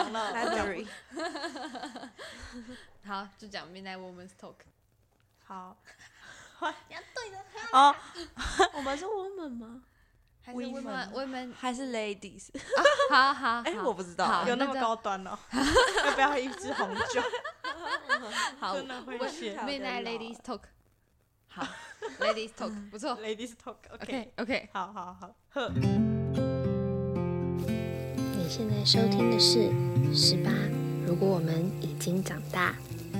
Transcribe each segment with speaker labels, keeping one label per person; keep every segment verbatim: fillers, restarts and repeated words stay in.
Speaker 1: 讲了
Speaker 2: Library
Speaker 3: 好，就讲 Midnight Women's Talk。
Speaker 1: 好，
Speaker 3: 你要对着
Speaker 1: 哦，
Speaker 2: 我们是 woman 吗？
Speaker 3: 还是 women women？
Speaker 2: 还是 ladies？
Speaker 3: 好好，
Speaker 2: 哎、我不知道，
Speaker 3: 好
Speaker 1: 有那么高端哦？要不要一支红酒？
Speaker 3: 好，
Speaker 1: 真的会写
Speaker 3: Midnight Ladies Talk。好，Ladies Talk 不错
Speaker 1: Ladies Talk，OK，、
Speaker 3: ，OK OK。
Speaker 1: 好好好，呵。
Speaker 4: 你现在收听的是《十八如果我们已经长大》。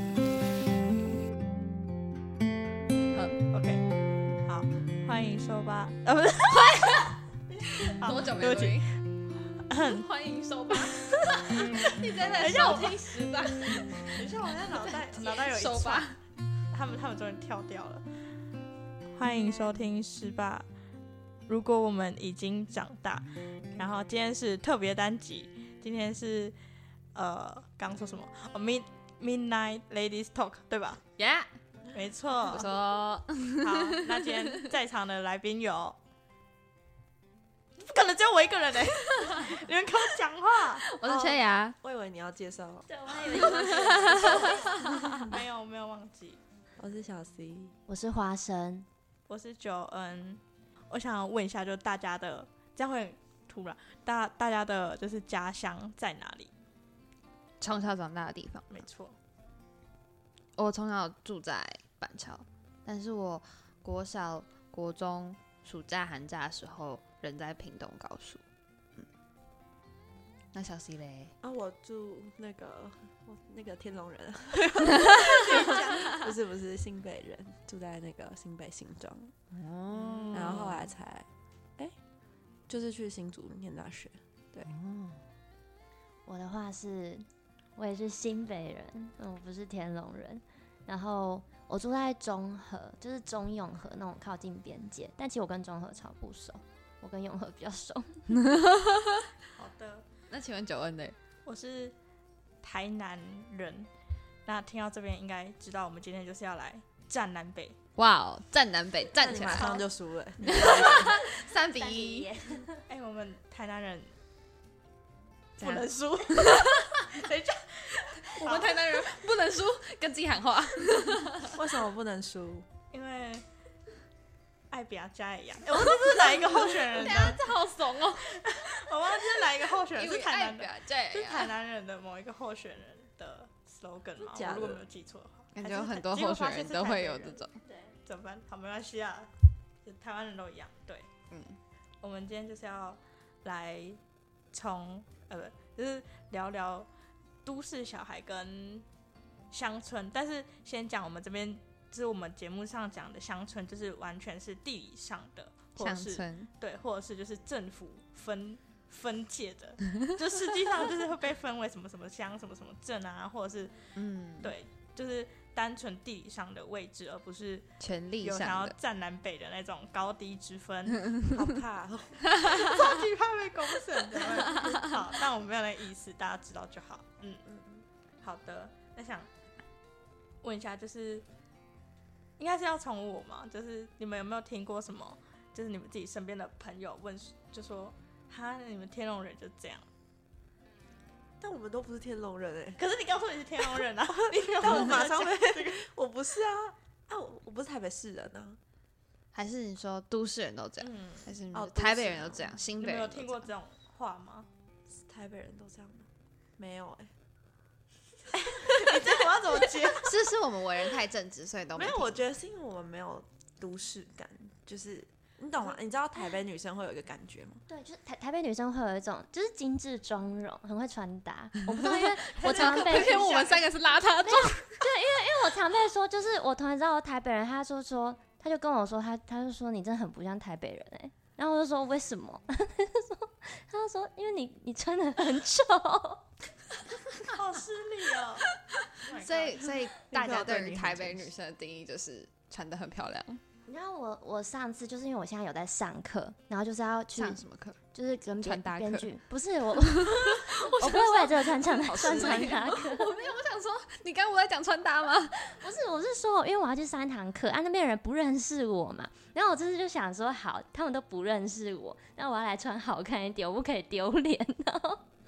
Speaker 1: OK， 好，欢迎收吧，啊不是，
Speaker 3: 多久没
Speaker 1: 对不起，
Speaker 3: 录音？欢迎收吧。你在那收听十八，
Speaker 1: 等一下，我现在脑袋脑袋有一
Speaker 3: 收吧
Speaker 1: 串，。他们他们终于跳掉了。欢迎收听十八。如果我们已经长大，然后今天是特别单集，今天是呃，刚刚说什么？哦 ，Mid Midnight Ladies Talk， 对吧？
Speaker 3: Yeah，
Speaker 1: 没错，
Speaker 3: 不错。
Speaker 1: 好，那今天在场的来宾有，不可能只有我一个人哎、你们跟我讲话。
Speaker 3: 我是缺牙。
Speaker 2: 我以为你要介绍，
Speaker 4: 对，我还以为你忘记了。
Speaker 1: 没有没有忘记，
Speaker 2: 我是小 C。
Speaker 4: 我是花生。
Speaker 1: 我是九恩。我想问一下，就大家的，这样会很突然，大大家的就是家乡在哪里？
Speaker 3: 从小长大的地方，
Speaker 1: 没错，
Speaker 3: 我从小住在板桥，但是我国小、国中暑假、寒假的时候人在屏东高速。嗯，那小 C 嘞？
Speaker 2: 啊，我住那个我那个天龙人，不是不是新北人，住在那个新北新庄，
Speaker 3: 哦，
Speaker 2: 然后后来才哎、就是去新竹念大学。对，
Speaker 4: 我的话是，我也是新北人，我不是天龙人。然后我住在中和，就是中永和那种靠近边界，但其实我跟中和超不熟，我跟永和比较熟。
Speaker 1: 好的。
Speaker 3: 那请问九恩呢？
Speaker 1: 我是台南人，那听到这边应该知道，我们今天就是要来战南北。
Speaker 3: 哇哦，站南北，站起来，
Speaker 2: 那你马上就输了。
Speaker 3: 三比一。
Speaker 1: 哎、我们台南人
Speaker 3: 怎样
Speaker 1: 不能输。等一下，
Speaker 3: 我们台南人不能输，跟自己喊话。
Speaker 2: 为什么不能输？
Speaker 1: 因为爱比亚加一样。哎、我忘记是哪一个候选人
Speaker 3: 等一下
Speaker 1: 的，
Speaker 3: 这好怂哦，
Speaker 1: 我忘记是哪一个候选人，
Speaker 3: 因为
Speaker 1: 是台南的，
Speaker 3: 这
Speaker 1: 是台南人的某一个候选人的 slogan 嘛？
Speaker 2: 假的
Speaker 1: 我如果没有记错的话，
Speaker 3: 感觉有很多候选人都会有这种。
Speaker 1: 怎么办？好，没关系啊，台湾人都一样。对，
Speaker 3: 嗯，
Speaker 1: 我们今天就是要来从呃不，就是聊聊都市小孩跟乡村，但是先讲我们这边，就是我们节目上讲的乡村，就是完全是地理上的，或者是
Speaker 3: 乡村，
Speaker 1: 对，或者是就是政府分分界的，就实际上就是会被分为什么什么乡、什么什么镇啊，或者是
Speaker 3: 嗯，
Speaker 1: 对，就是单纯地理上的位置，而不是
Speaker 3: 权力
Speaker 1: 有想要
Speaker 3: 上的。
Speaker 1: 占南北的那种高低之分。
Speaker 2: 好怕、哦。
Speaker 1: 超级怕被公审的。好，但我没有那个意思，大家知道就好。嗯嗯，好的。那想问一下，就是应该是要从我嘛，就是你们有没有听过什么？就是你们自己身边的朋友问，就说哈，你们天龙人就这样。
Speaker 2: 但我们都不是天龙人哎、
Speaker 1: 可是你刚说你是天龙人啊，你没有
Speaker 2: 但我马上被
Speaker 1: 这个
Speaker 2: 我不是啊啊我我不是台北市人啊。
Speaker 3: 还是你说都市人都这样，
Speaker 1: 嗯，
Speaker 3: 还是你
Speaker 2: 哦
Speaker 3: 们台北
Speaker 2: 都市
Speaker 3: 人都这样，新
Speaker 1: 你们有
Speaker 3: 北人都这样？
Speaker 1: 听过这种话吗？
Speaker 2: 台北人都这样吗？没有哎、
Speaker 1: 你这我要怎么接？
Speaker 3: 是是我们为人太正直，所以都
Speaker 2: 没有，
Speaker 3: 听
Speaker 2: 我觉得是因为我们没有都市感，就是你懂吗？你知道台北女生会有一个感觉吗？
Speaker 4: 对，就是台台北女生会有一种就是精致妆容，很会穿搭。我不知道，因为我常常被
Speaker 3: 而且我们三个是邋遢妆，
Speaker 4: 因为我常被说，就是我同学知道我台北人，他就说，他就跟我说，他他就说你真的很不像台北人哎、欸，然后我就说为什么？他就说他就说因为你你穿的很丑，
Speaker 1: 好失礼哦。Oh my god
Speaker 3: 所以所以大家对于
Speaker 2: 你很
Speaker 3: 台北
Speaker 2: 真实
Speaker 3: 女生的定义就是穿得很漂亮。
Speaker 4: 你知道我我上次就是因为我现在有在上课，然后就是要去
Speaker 3: 上什么课？
Speaker 4: 就是跟编
Speaker 3: 穿搭课
Speaker 4: 编剧，不是我我不会为这个穿穿
Speaker 3: 好
Speaker 4: 穿
Speaker 3: 失礼
Speaker 4: 穿搭课，
Speaker 3: 我没有，我想说，你刚刚我在讲穿搭吗？
Speaker 4: 不是，我是说，因为我要去上一堂课，啊，那边人不认识我嘛，然后我这次就想说，好，他们都不认识我，那我要来穿好看一点，我不可以丢脸。然后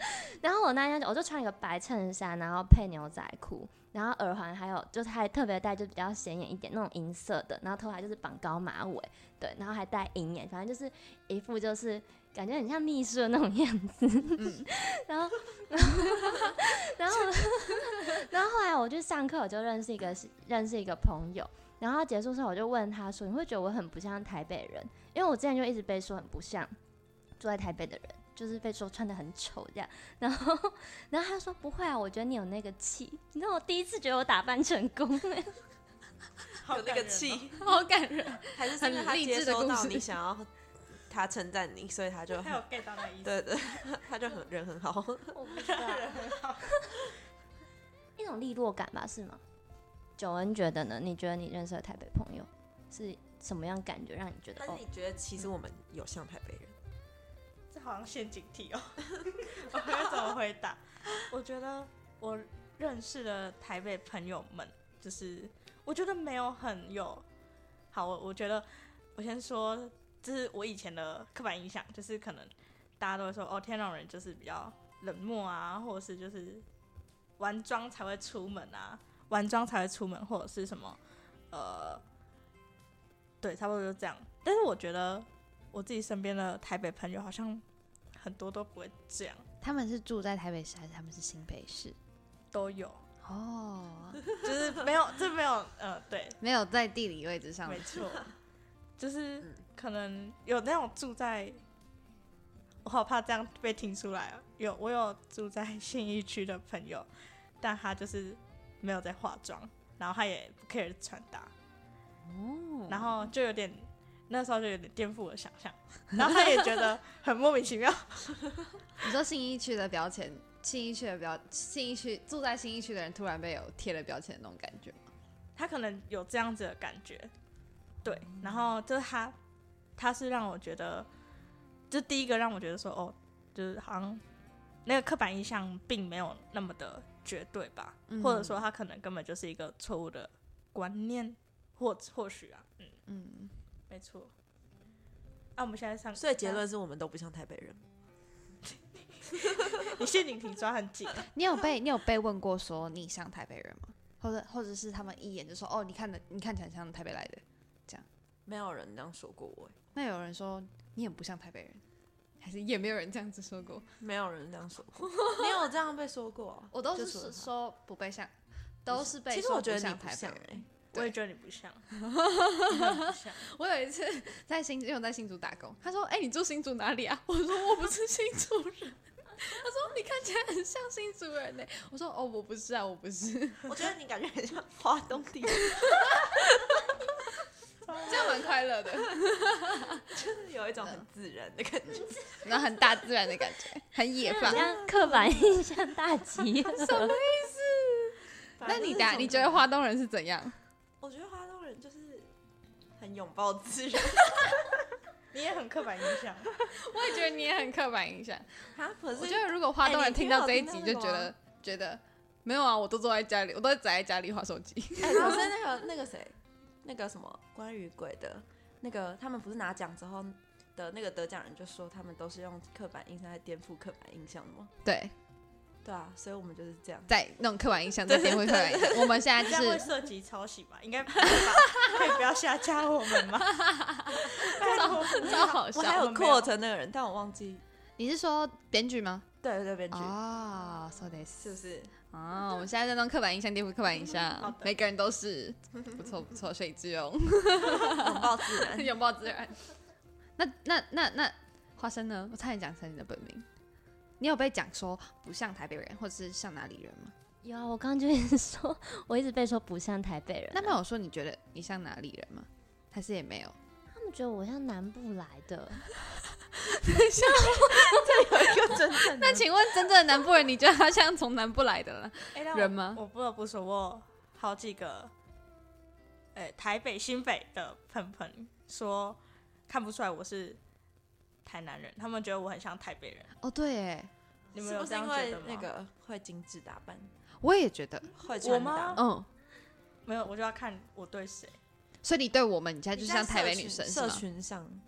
Speaker 4: 然后我那天就我就穿一个白衬衫，然后配牛仔裤，然后耳环还有就是还特别戴就比较显眼一点那种银色的，然后头发就是绑高马尾，对，然后还戴银眼，反正就是一副就是感觉很像秘书的那种样子。嗯、然后然后然后然后后来我去上课，我就认识一个认识一个朋友。然后结束之后，我就问他说：“你会觉得我很不像台北人？因为我之前就一直被说很不像住在台北的人，就是被说穿得很丑这样。然后，然后他说不会啊，我觉得你有那个气。你知道我第一次觉得我打扮成功了，
Speaker 2: 有那个气，
Speaker 3: 好感人，
Speaker 2: 还是因为他接收到你想要他称赞你，所以他就
Speaker 1: 他有 get 到那意思。
Speaker 2: 对对，他就很人很好。
Speaker 4: 我不知道，人很好，一种利落感吧，是吗？”九恩觉得呢？你觉得你认识的台北朋友是什么样感觉，让你觉得？
Speaker 2: 但是你觉得其实我们有像台北人？
Speaker 1: 这好像陷阱题哦，我该怎么回答？我觉得我认识的台北朋友们，就是我觉得没有很有好，我我觉得我先说，这是我以前的刻板印象，就是可能大家都会说哦，天龙人就是比较冷漠啊，或者是就是玩妆才会出门啊。完妆才会出门，或者是什么，呃，对，差不多就这样。但是我觉得我自己身边的台北朋友好像很多都不会这样。
Speaker 3: 他们是住在台北市还是他们是新北市？
Speaker 1: 都有
Speaker 3: 哦，
Speaker 1: 就是没有，这没有，呃，对，
Speaker 3: 没有在地理位置上，
Speaker 1: 没错，就是可能有那种住在，我好怕这样被听出来啊。有我有住在信义区的朋友，但他就是没有在化妆，然后他也不 care 穿搭，哦，然后就有点那时候就有点颠覆我的想象，然后他也觉得很莫名其妙。
Speaker 3: 你说信义区的标签，信义区的标，信义区住在信义区的人突然被有贴了标签的那种感觉吗？
Speaker 1: 他可能有这样子的感觉，对，然后就是他，他是让我觉得，就第一个让我觉得说，哦，就是好像那个刻板印象并没有那么的绝对吧，嗯、或者说他可能根本就是一个错误的观念，或或许啊，嗯嗯，没错。那、啊、我们现在上，
Speaker 2: 所以结论是我们都不像台北人。
Speaker 1: 你陷阱题抓很紧。
Speaker 3: 你有被你有被问过说你像台北人吗？或者或者是他们一眼就说哦，你看的你看起来像台北来的，这样
Speaker 2: 没有人这样说过我。
Speaker 3: 那有人说你也不像台北人，还是也没有人这样子说过？
Speaker 2: 没有人这样说过。你有这样被说过、啊？
Speaker 3: 我都是说不被像，都是被说不像台北人。欸、
Speaker 1: 我也觉得你不像。不像
Speaker 3: 我有一次在新，因为我在新竹打工，他说：“哎、欸，你住新竹哪里啊？”我说：“我不是新竹人。”他说：“你看起来很像新竹人呢、欸。”我说：“哦，我不是啊，我不是。”
Speaker 2: 我觉得你感觉很像花东地区，
Speaker 3: 这样蛮快乐的，
Speaker 2: 就是有一种很自然的感觉，
Speaker 3: 然后很大自然的感觉，很野放，
Speaker 4: 像刻板印象大集合。
Speaker 3: 什么意思？那你打你觉得花东人是怎样？
Speaker 2: 我觉得花东人就是很拥抱自然。
Speaker 1: 你也很刻板印象，
Speaker 3: 我也觉得你也很刻板印象。
Speaker 2: 啊，可是
Speaker 3: 我觉得如果花东人听到这一集，就觉得、欸、觉得没有啊，我都坐在家里，我都在宅在家里滑手机。
Speaker 2: 哎、欸，可是那个那个谁，那个什么关于鬼的，那个他们不是拿奖之后的那个得奖人就说他们都是用刻板印象来颠覆刻板印象的吗？
Speaker 3: 对。
Speaker 2: 对啊，所以我们就是这样，
Speaker 3: 在那种刻板印象，在颠覆刻板印象。我们现在就是
Speaker 1: 这样会涉及抄袭吧？应该不会吧？可以不要瞎加我们吗？
Speaker 3: 超超好笑。
Speaker 2: 我还有 quote 那个人，但我忘记。
Speaker 3: 你是说编剧吗？
Speaker 2: 对对，编剧。
Speaker 3: 哦 ，so this
Speaker 2: 是不是？
Speaker 3: 哦，我们现在在弄刻板印象，颠覆刻板印象，每个人都是不错不错，水之用，
Speaker 2: 拥抱自然，
Speaker 3: 拥抱自然。那那那那花生呢？我差点讲成你的本名。你有被讲说不像台北人，或者是像哪里人吗？
Speaker 4: 有啊，我刚刚就一直说，我一直被说不像台北人、啊。
Speaker 3: 那没有说你觉得你像哪里人吗？还是也没有？
Speaker 4: 他们觉得我像南部来的。
Speaker 3: 像
Speaker 2: 这有一个真正的。
Speaker 3: 那请问真正的南部人，你觉得他像从南部来的人吗？
Speaker 1: 欸、我, 我不得不说，我好几个，欸、台北、新北的朋朋说看不出来我是台南人，他们觉得我很像台北人。
Speaker 3: 哦，对，哎，
Speaker 1: 你们有这样觉得吗？
Speaker 2: 是不是因为那个会精致打扮？
Speaker 3: 我也觉得。
Speaker 2: 会穿搭？
Speaker 3: 嗯，
Speaker 1: 没有，我就要看我对谁。
Speaker 3: 所以你对我们，你现在就像台北女生是吗？
Speaker 2: 社群上，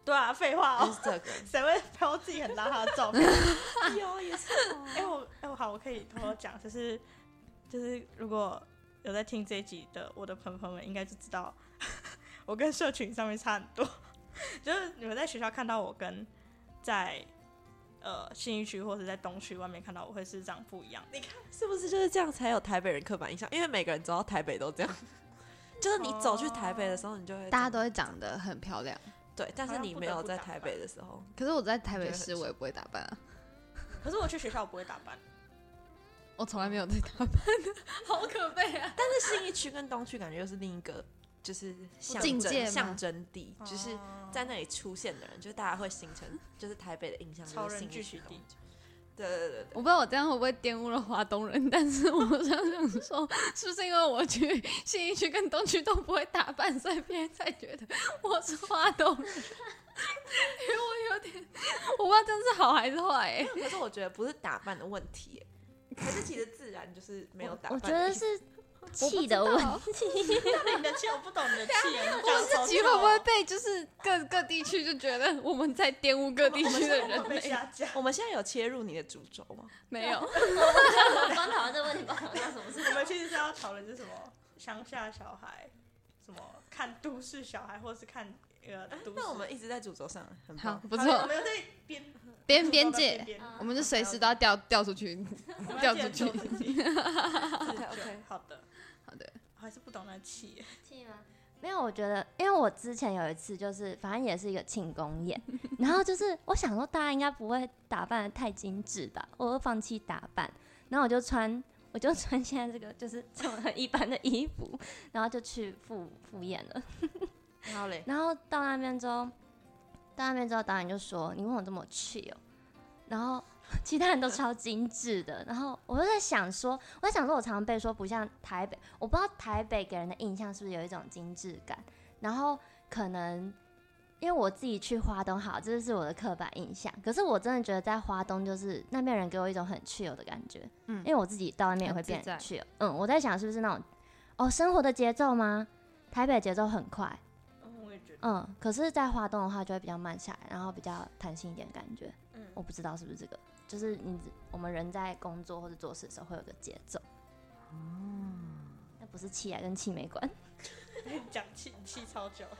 Speaker 1: 对啊，废话哦，
Speaker 2: 就是这个。
Speaker 1: 谁会拍自己很邋遢的照片？
Speaker 2: 有也是哦。
Speaker 1: 哎、我哎、我好，我可以偷偷讲，就是就是如果有在听这一集的我的朋友们，应该就知道我跟社群上面差很多。就是你们在学校看到我跟在呃信义区或者在东区外面看到我会是长不一样。
Speaker 2: 你看是不是就是这样才有台北人刻板印象？因为每个人走到台北都这样，就是你走去台北的时候，你就会
Speaker 3: 大家都会长得很漂亮。
Speaker 2: 对，但是你没有在台北的时候，
Speaker 3: 可是我在台北市，我也不会打扮啊。
Speaker 1: 可是我去学校我不会打扮，
Speaker 3: 我从来没有在打扮的，好可悲啊！
Speaker 2: 但是信义区跟东区感觉又是另一个，就是象征
Speaker 3: 境界吗
Speaker 2: 象征地，就是
Speaker 1: 哦
Speaker 2: 在那里出现的人，就是大家会形成就是台北的印象，
Speaker 1: 超人
Speaker 2: 就是信义
Speaker 1: 聚集地
Speaker 2: 区东区。对对对对
Speaker 3: 我不知道我这样会不会玷污了华东人，但是我想想说，是不是因为我去信义区跟东区都不会打扮，所以别人才觉得我是华东人？因为我有点，我不知道这样是好还是坏、欸。
Speaker 2: 可是我觉得不是打扮的问题耶，可是其实自然就是没有打扮
Speaker 4: 我
Speaker 2: 的意思。
Speaker 4: 觉得是气的问题。
Speaker 1: 你的气我不懂你的气，你
Speaker 3: 我
Speaker 1: 讲
Speaker 3: 自己会不会被就是各各地区就觉得我们在玷污各地区的人
Speaker 1: 被
Speaker 3: 类？
Speaker 1: 下架。
Speaker 2: 我们现在有切入你的主轴吗？
Speaker 3: 没有，
Speaker 4: 我刚讨论这个问题，不知道发生什么事。
Speaker 1: 我们其实是要讨论是什么乡下小孩，什么看都市小孩，或是看呃都市。
Speaker 2: 那我们一直在主轴上，很
Speaker 3: 好
Speaker 2: 棒。
Speaker 1: 好我
Speaker 3: 不错，
Speaker 1: 们有在边
Speaker 3: 边边界，
Speaker 1: 边
Speaker 3: 我们就随时都要掉掉出去，掉出去。
Speaker 2: OK OK，
Speaker 1: 好的，
Speaker 3: 好的，
Speaker 1: 我还是不懂那气耶。
Speaker 4: 气吗？没有，我觉得，因为我之前有一次就是，反正也是一个庆功宴，然后就是我想说大家应该不会打扮的太精致吧，我就放弃打扮，然后我就穿，我就穿现在这个就是这种很一般的衣服，然后就去赴赴宴了。
Speaker 2: 然后嘞，
Speaker 4: 然后到那边之后，到那边之后，导演就说：“你为什么这么chill？”然后其他人都超精致的，然后我就在想说，我在想说，我常常被说不像台北，我不知道台北给人的印象是不是有一种精致感，然后可能因为我自己去花东，好，这是我的刻板印象，可是我真的觉得在花东就是那边人给我一种很 chill 的感觉，嗯，因为我自己到那边也会变
Speaker 3: 很
Speaker 4: chill，嗯，我在想是不是那种哦生活的节奏吗？台北节奏很快。
Speaker 1: 嗯，我也觉得。
Speaker 4: 嗯，可是，在花东的话就会比较慢下来，然后比较弹性一点的感觉。
Speaker 1: 嗯，
Speaker 4: 我不知道是不是这个，就是你我们人在工作或者做事的时候会有个节奏。哦，那不是气啊，跟气没关。
Speaker 1: 讲气气超久。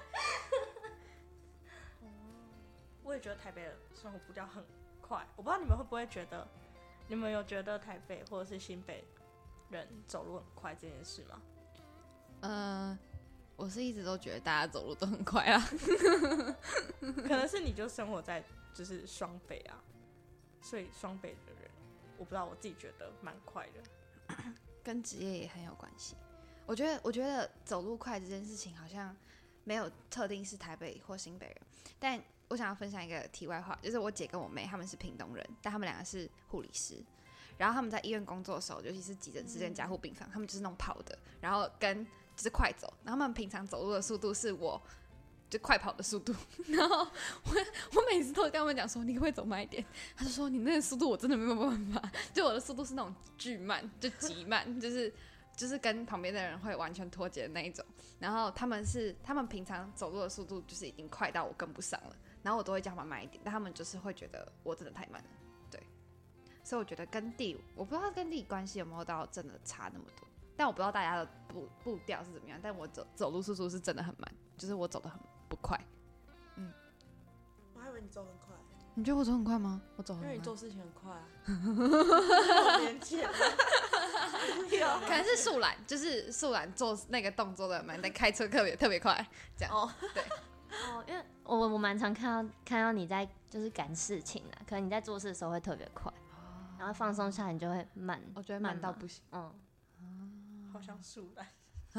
Speaker 1: 我也觉得台北的生活步调很快，我不知道你们会不会觉得，你们有觉得台北或者是新北人走路很快这件事吗？
Speaker 3: 呃，我是一直都觉得大家走路都很快啊。
Speaker 1: 可能是你就生活在就是双北啊，所以双北的人，我不知道，我自己觉得蛮快的。
Speaker 3: 跟职业也很有关系。我觉得，我觉得走路快这件事情好像没有特定是台北或新北人，但我想要分享一个题外话，就是我姐跟我妹她们是屏东人，但她们两个是护理师，然后他们在医院工作的时候，尤其是急诊室跟加护病房，他们就是那种跑的，然后跟就是快走，然后他们平常走路的速度是我就快跑的速度，然后我我每次都跟他们讲说，你可不可以走慢一点？他就说你那个速度我真的没有办法，就我的速度是那种巨慢，就极慢，就是就是跟旁边的人会完全脱节的那一种。然后他们是他们平常走路的速度就是已经快到我跟不上了，然后我都会叫他们慢一点，但他们就是会觉得我真的太慢了，对。所以我觉得跟地，我不知道跟地理关系有没有到真的差那么多，但我不知道大家的步步调是怎么样，但我走走路速度是真的很慢，就是我走得很不快。嗯，
Speaker 2: 我还以为你走很快，
Speaker 3: 你觉得我走很快吗？我走很慢，
Speaker 2: 因为你做事情很快啊。
Speaker 1: 好年轻啊，
Speaker 3: 可能是树懒，就是树懒做那个动作的慢，但开车特别特别快，这样。
Speaker 2: 哦，
Speaker 3: 对。
Speaker 4: 哦，因为我我蛮常看到看到你在就是赶事情啊，可能你在做事的时候会特别快，然后放松下来你就会慢。
Speaker 3: 我觉得慢到不行。
Speaker 4: 嗯，
Speaker 1: 好像树懒。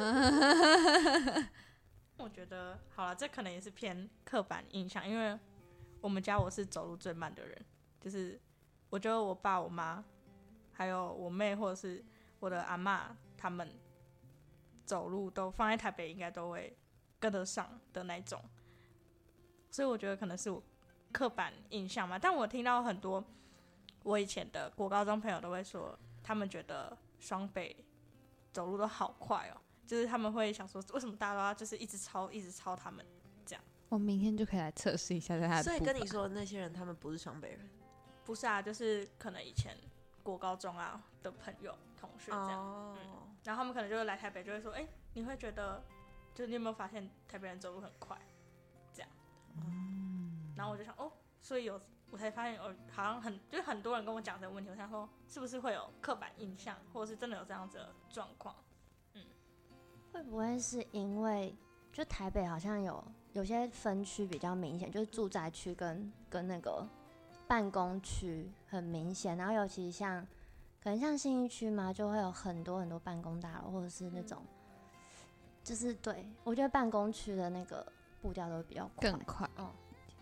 Speaker 1: 我觉得好了，这可能也是偏刻板印象，因为我们家我是走路最慢的人，就是我觉得我爸、我妈，还有我妹或者是我的阿嬷，他们走路都放在台北，应该都会跟得上的那种，所以我觉得可能是我刻板印象嘛。但我听到很多我以前的国高中朋友都会说，他们觉得双北走路都好快哦。就是他们会想说，为什么大家都要就是一直超一直超他们这样？
Speaker 3: 我明天就可以来测试一下在他的
Speaker 2: 所以
Speaker 3: 步伐
Speaker 2: 跟你说的那些人，他们不是双北人
Speaker 1: 不是啊，就是可能以前国高中啊的朋友、同学这样，
Speaker 2: 哦、
Speaker 1: 嗯，然后他们可能就会来台北，就会说，哎、欸，你会觉得，就是你有没有发现台北人走路很快，这样，嗯，然后我就想，哦，所以有，我才发现，哦，好像很，就是很多人跟我讲这个问题，我想说，是不是会有刻板印象，或者是真的有这样子的状况？嗯，
Speaker 4: 会不会是因为就台北好像有有些分区比较明显，就是住宅区跟跟那个办公区很明显，然后尤其像可能像信义区嘛，就会有很多很多办公大楼，或者是那种，嗯、就是对我觉得办公区的那个步调都会比较快，
Speaker 3: 更快。
Speaker 4: 嗯，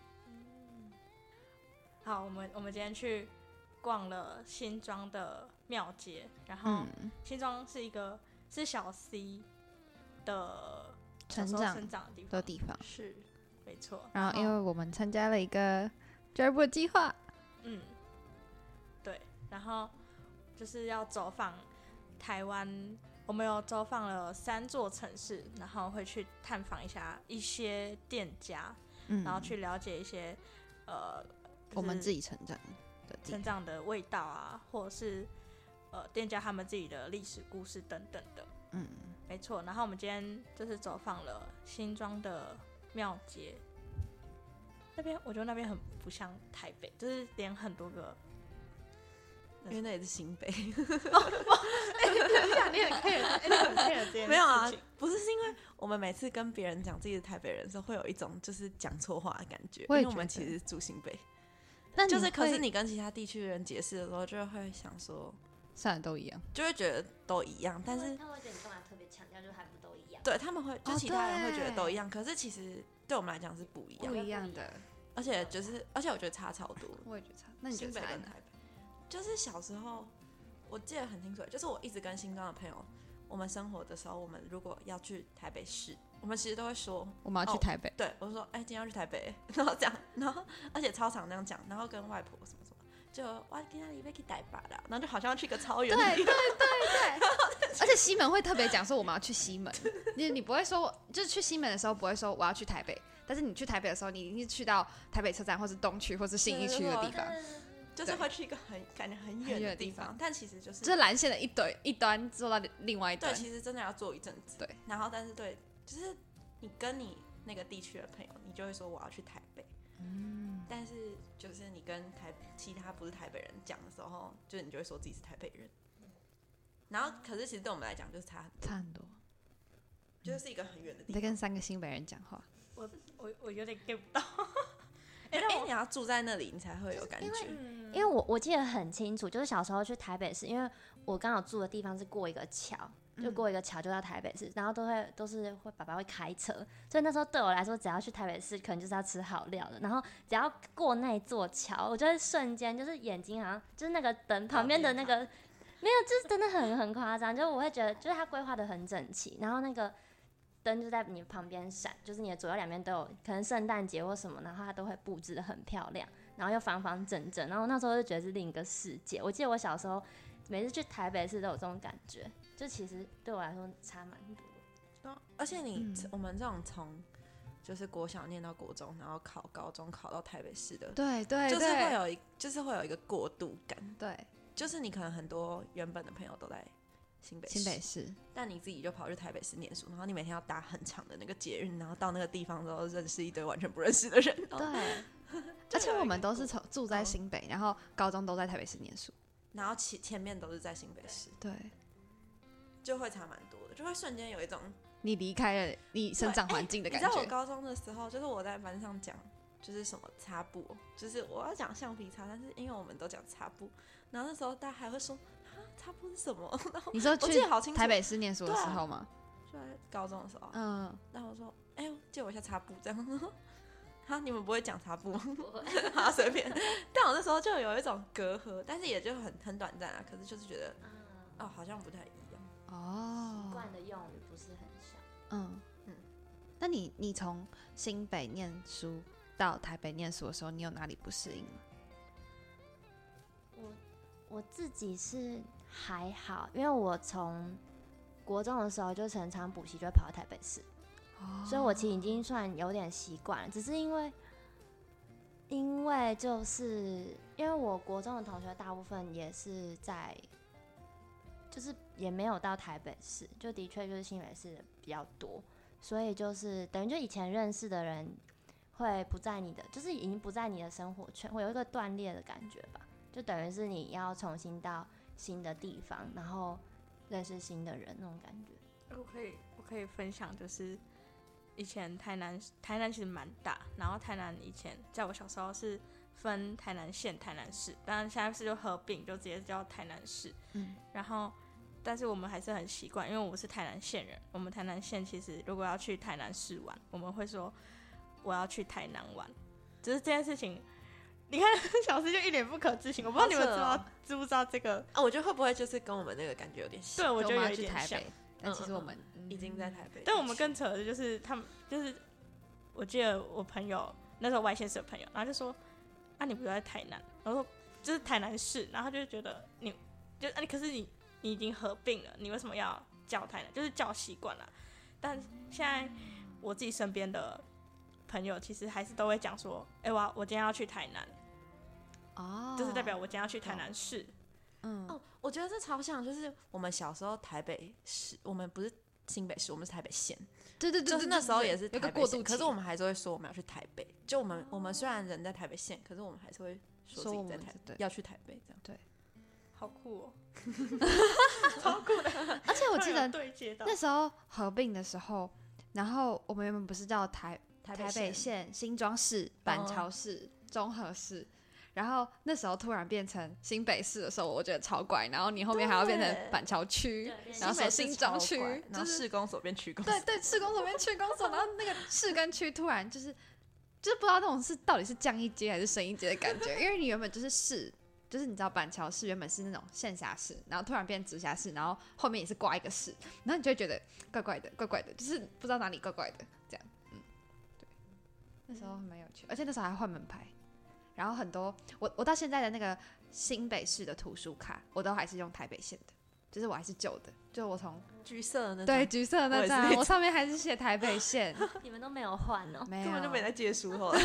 Speaker 1: 好，我们我们今天去逛了新庄的庙街，然后新庄是一个是小 C 的
Speaker 3: 成长
Speaker 1: 生长的地方，
Speaker 3: 的地方
Speaker 1: 是没错。
Speaker 3: 然后因为我们参加了一个俱乐部的计划，
Speaker 1: 嗯，对，然后就是要走访台湾，我们有走访了三座城市，然后会去探访一下一些店家，
Speaker 3: 嗯，
Speaker 1: 然后去了解一些呃、就是、
Speaker 3: 我们自己成长的
Speaker 1: 成长的味道啊，或者是呃店家他们自己的历史故事等等的，
Speaker 3: 嗯，
Speaker 1: 没错。然后我们今天就是走访了新庄的庙街。那边我觉得那边很不像台北，就是连很多个，
Speaker 2: 因为那也是新北。
Speaker 1: 你很 care， 你很 care 这件事情。
Speaker 2: 没有啊，不是，是因为我们每次跟别人讲自己是台北人的时候，会有一种就是讲错话的感觉，因为我们其实是住新北。
Speaker 3: 但
Speaker 2: 就是可是你跟其他地区的人解释的时候，就会想说，
Speaker 3: 算了都一样，
Speaker 2: 就会觉得都一样，但是
Speaker 4: 他会觉得你干嘛特别强调，就还不都一样？
Speaker 2: 对，他们会，就其他人会觉得都一样，
Speaker 3: 哦、
Speaker 2: 可是其实对我们来讲是不一样，
Speaker 3: 不一样的。
Speaker 2: 而且就是，而且我觉得差超多。
Speaker 3: 我也觉得差。那你觉得差
Speaker 2: 新北跟台北？就是小时候，我记得很清楚，就是我一直跟新庄的朋友，我们生活的时候，我们如果要去台北市，我们其实都会说
Speaker 3: 我们要去台北。
Speaker 2: 哦、对，我就说，哎、欸，今天要去台北，然后这样，然后而且超常那样讲，然后跟外婆什么什么，就我今天要去台北啦，然后就好像要去一个超远的地方。
Speaker 3: 对对对对。而且西门会特别讲说我们要去西门，你你不会说，就是去西门的时候不会说我要去台北。但是你去台北的时候，你一定是去到台北车站，或是东区，或是信义区的地方，
Speaker 2: 就是会去一个很感觉很远的地方，但其实就是
Speaker 3: 就是蓝线的一堆一端坐到另外一端。
Speaker 2: 对，其实真的要坐一阵子。
Speaker 3: 对，
Speaker 2: 然后但是对，就是你跟你那个地区的朋友，你就会说我要去台北。嗯。但是就是你跟台其他不是台北人讲的时候，就是你就会说自己是台北人。然后可是其实对我们来讲就是差很多，
Speaker 3: 差很多，
Speaker 2: 就是一个很远的地方。
Speaker 3: 你在跟三个新北人讲话。
Speaker 1: 我我我有点 get 不到，
Speaker 2: 哎、欸欸，你要住在那里，你才会有感觉。
Speaker 4: 因为因为我我记得很清楚，就是小时候去台北市，因为我刚好住的地方是过一个桥，就过一个桥就到台北市，嗯、然后都会都是会爸爸会开车，所以那时候对我来说，只要去台北市，可能就是要吃好料的，然后只要过那座桥，我就会瞬间就是眼睛好像就是那个灯旁边的那个没有，就是真的很很夸张，就是我会觉得就是它规划的很整齐，然后那个。灯就在你旁边闪，就是你的左右两边都有，可能圣诞节或什么，然后它都会布置得很漂亮，然后又方方正正，然后那时候就觉得是另一个世界。我记得我小时候每次去台北市都有这种感觉，就其实对我来说差蛮多的。
Speaker 2: 哦、而且你、嗯、我们这种从就是国小念到国中，然后考高中考到台北市的，
Speaker 3: 对对对，
Speaker 2: 就是会有一就是会有一个过渡感，
Speaker 3: 对，
Speaker 2: 就是你可能很多原本的朋友都在。新北市，
Speaker 3: 新北市，
Speaker 2: 但你自己就跑去台北市念书，然后你每天要搭很长的那个捷运，然后到那个地方之后认识一堆完全不认识的人。
Speaker 3: 对，而且我们都是从住在新北，然后高中都在台北市念书，
Speaker 2: 然后前前面都是在新北市，
Speaker 3: 对，
Speaker 2: 就会差蛮多的，就会瞬间有一种
Speaker 3: 你离开了你生长环境的感觉。
Speaker 2: 欸、你知道我高中的时候，就是我在班上讲，就是什么擦布，就是我要讲橡皮擦，但是因为我们都讲擦布，然后那时候大家还会说。擦布是什么？
Speaker 3: 你说去台北市念书的时候吗？
Speaker 2: 就在高中的时候。
Speaker 3: 嗯。
Speaker 2: 然后我说：“哎、欸，借我一下擦布。”这样。哈，你们不会讲擦布吗？好，随便。但我那时候就有一种隔阂，但是也就很很短暂啊。可是就是觉得，嗯、哦，好像不太一样。
Speaker 4: 哦。习惯的用语不是很像。
Speaker 3: 嗯嗯。那你你从新北念书到台北念书的时候，你有哪里不适应吗？
Speaker 4: 我我自己是。还好，因为我从国中的时候就常常补习，就会跑到台北市， 哦、所以我其实已经算有点习惯了，只是因为因为就是因为我国中的同学大部分也是在，就是也没有到台北市，就的确就是新北市的比较多，所以就是等于就以前认识的人会不在你的，就是已经不在你的生活圈，会有一个断裂的感觉吧，就等于是你要重新到新的地方，然后认识新的人那种感觉。
Speaker 1: 我可以我可以分享，就是以前台南台南其实蛮大，然后台南以前在我小时候是分台南县、台南市，当然现在是就合并，就直接叫台南市。嗯，然后但是我们还是很习惯，因为我是台南县人，我们台南县其实如果要去台南市玩，我们会说我要去台南玩，只是这件事情。你看小思就一脸不可置信，我不知道你们知道、哦、知不知道这个
Speaker 2: 啊？我觉得会不会就是跟我们那个感觉有点像？
Speaker 1: 对，我觉得有点像。
Speaker 3: 但其实我们、
Speaker 2: 嗯、已经在台北，
Speaker 1: 但我们更扯的就是他们就是我记得我朋友那时候外县市的朋友，然后就说啊你不是在台南，然后说就是台南市，然后就觉得你就啊你可是你你已经合并了，你为什么要叫台南？就是叫习惯了。但现在我自己身边的朋友其实还是都会讲说，哎、欸、我我今天要去台南，哦，就是代表我今天要去台南市。
Speaker 2: 嗯，哦，我觉得这超像，就是我们小时候台北市，我们不是新北市，我们是台北县。
Speaker 3: 对对对，
Speaker 2: 就是那时候也是台北县，
Speaker 3: 有个过渡期，
Speaker 2: 可是我们还是会说我们要去台北。就我们我们虽然人在台北县，可是我们还是会说自己在台北，要去台北这样。
Speaker 3: 对，
Speaker 1: 好酷哦，超酷的。
Speaker 3: 而且我记得那时候合并的时候，然后我们原本不是叫台台北县、新庄市、板桥市、中和市。然后那时候突然变成新北市的时候，我觉得超怪。然后你后面还要变成板桥区，然后说新庄区，
Speaker 2: 然后市公所变区公所，
Speaker 3: 对对，市公所变区公所，然后那个市跟区突然就是就是不知道那种是到底是降一阶还是升一阶的感觉，因为你原本就是市，就是你知道板桥市原本是那种县辖市，然后突然变直辖市，然后后面也是挂一个市，然后你就会觉得怪怪的，怪怪的，就是不知道哪里怪怪的这样。嗯，对，那时候蛮有趣，而且那时候还换门牌。然后很多我我到现在的那个新北市的图书卡，我都还是用台北县的，就是我还是旧的，就我从
Speaker 2: 橘色的那张，
Speaker 3: 对橘色的那张，我, 我上面还是写台北县。
Speaker 4: 你们都没有换哦？
Speaker 3: 没有，
Speaker 2: 根本就没在借书后来。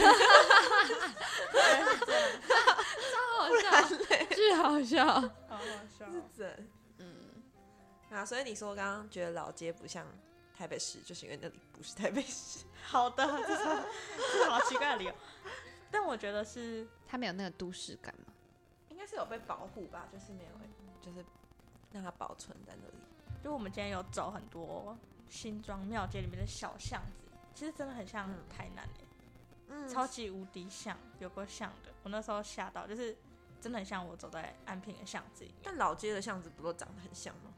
Speaker 3: 超好笑，巨好笑，
Speaker 1: 好好笑，
Speaker 2: 是真。嗯，啊，所以你说刚刚觉得老街不像台北市，就是因为那里不是台北市。
Speaker 1: 好的，这是这是好奇怪的理由。但我觉得是
Speaker 3: 它没有那个都市感嘛，
Speaker 2: 应该是有被保护吧，就是没有，就是让它保存在那里。
Speaker 1: 就我们今天有走很多新庄庙街里面的小巷子，其实真的很像台南诶、欸，嗯，超级无敌像，有够像的。我那时候吓到，就是真的很像我走在安平的巷子里面。
Speaker 2: 但老街的巷子不都长得很像吗？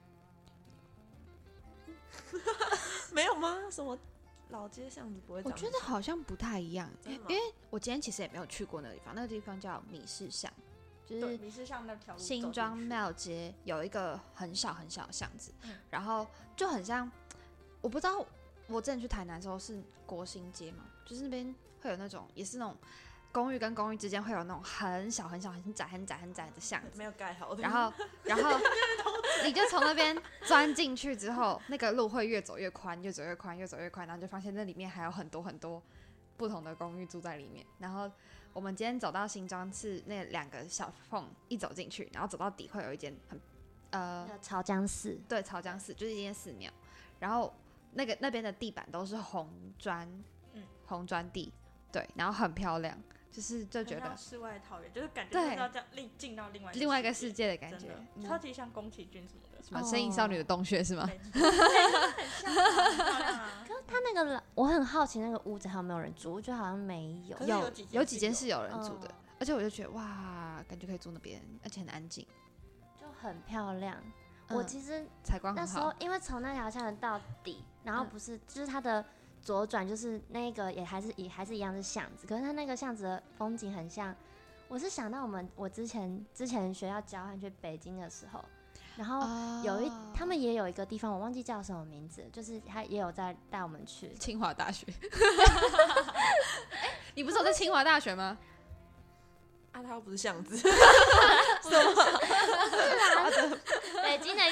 Speaker 2: 没有吗？什么？老街巷子不会长得像，
Speaker 3: 我觉得好像不太一样，因为我今天其实也没有去过那个地方，那个地方叫米市巷，就是
Speaker 1: 米市巷那条路
Speaker 3: 新庄庙街有一个很小很小的巷子、嗯，然后就很像，我不知道我之前去台南的时候是国兴街嘛，就是那边会有那种也是那种公寓跟公寓之间会有那种很小很小很窄很窄很窄的巷子，
Speaker 2: 没有盖好的，
Speaker 3: 然后然后你就从那边钻进去之后，那个路会越走越宽，越走越宽，越走越宽，然后就发现那里面还有很多很多不同的公寓住在里面。然后我们今天走到新庄是那两个小缝，一走进去，然后走到底会有一间很呃
Speaker 4: 潮江寺，
Speaker 3: 对，潮江寺就是一间寺庙，然后那个那边的地板都是红砖，嗯，红砖地，对，然后很漂亮。就是就觉得
Speaker 1: 世外桃源，就是感觉就是要这样进到另外
Speaker 3: 另外一个世界的感觉，
Speaker 1: 嗯、超级像宫崎骏什么的，
Speaker 3: 什么《神隐少女的洞穴》是吗？
Speaker 1: 对，很像，很漂亮啊。
Speaker 4: 可是他那个，我很好奇那个屋子还有没有人住？我觉得好像没有，
Speaker 1: 有
Speaker 3: 有
Speaker 1: 几
Speaker 3: 有几间是有人住的、
Speaker 4: 哦，
Speaker 3: 而且我就觉得哇，感觉可以住那边，而且很安静，
Speaker 4: 就很漂亮。
Speaker 3: 嗯、
Speaker 4: 我其实
Speaker 3: 采光很好，
Speaker 4: 那时候因为从那条巷子到底，然后不是、嗯、就是它的。左转就是那个也还是也还是一样是巷子，可是它那个巷子的风景很像，我是想到我们我之前之前学校交换去北京的时候，然后有一、oh. 他们也有一个地方我忘记叫什么名字，就是他也有在带我们去
Speaker 3: 清华大学。欸、你不是有在清华大学吗？
Speaker 2: 啊，它又不是巷子，
Speaker 4: 什么？是啦，北京的一个巷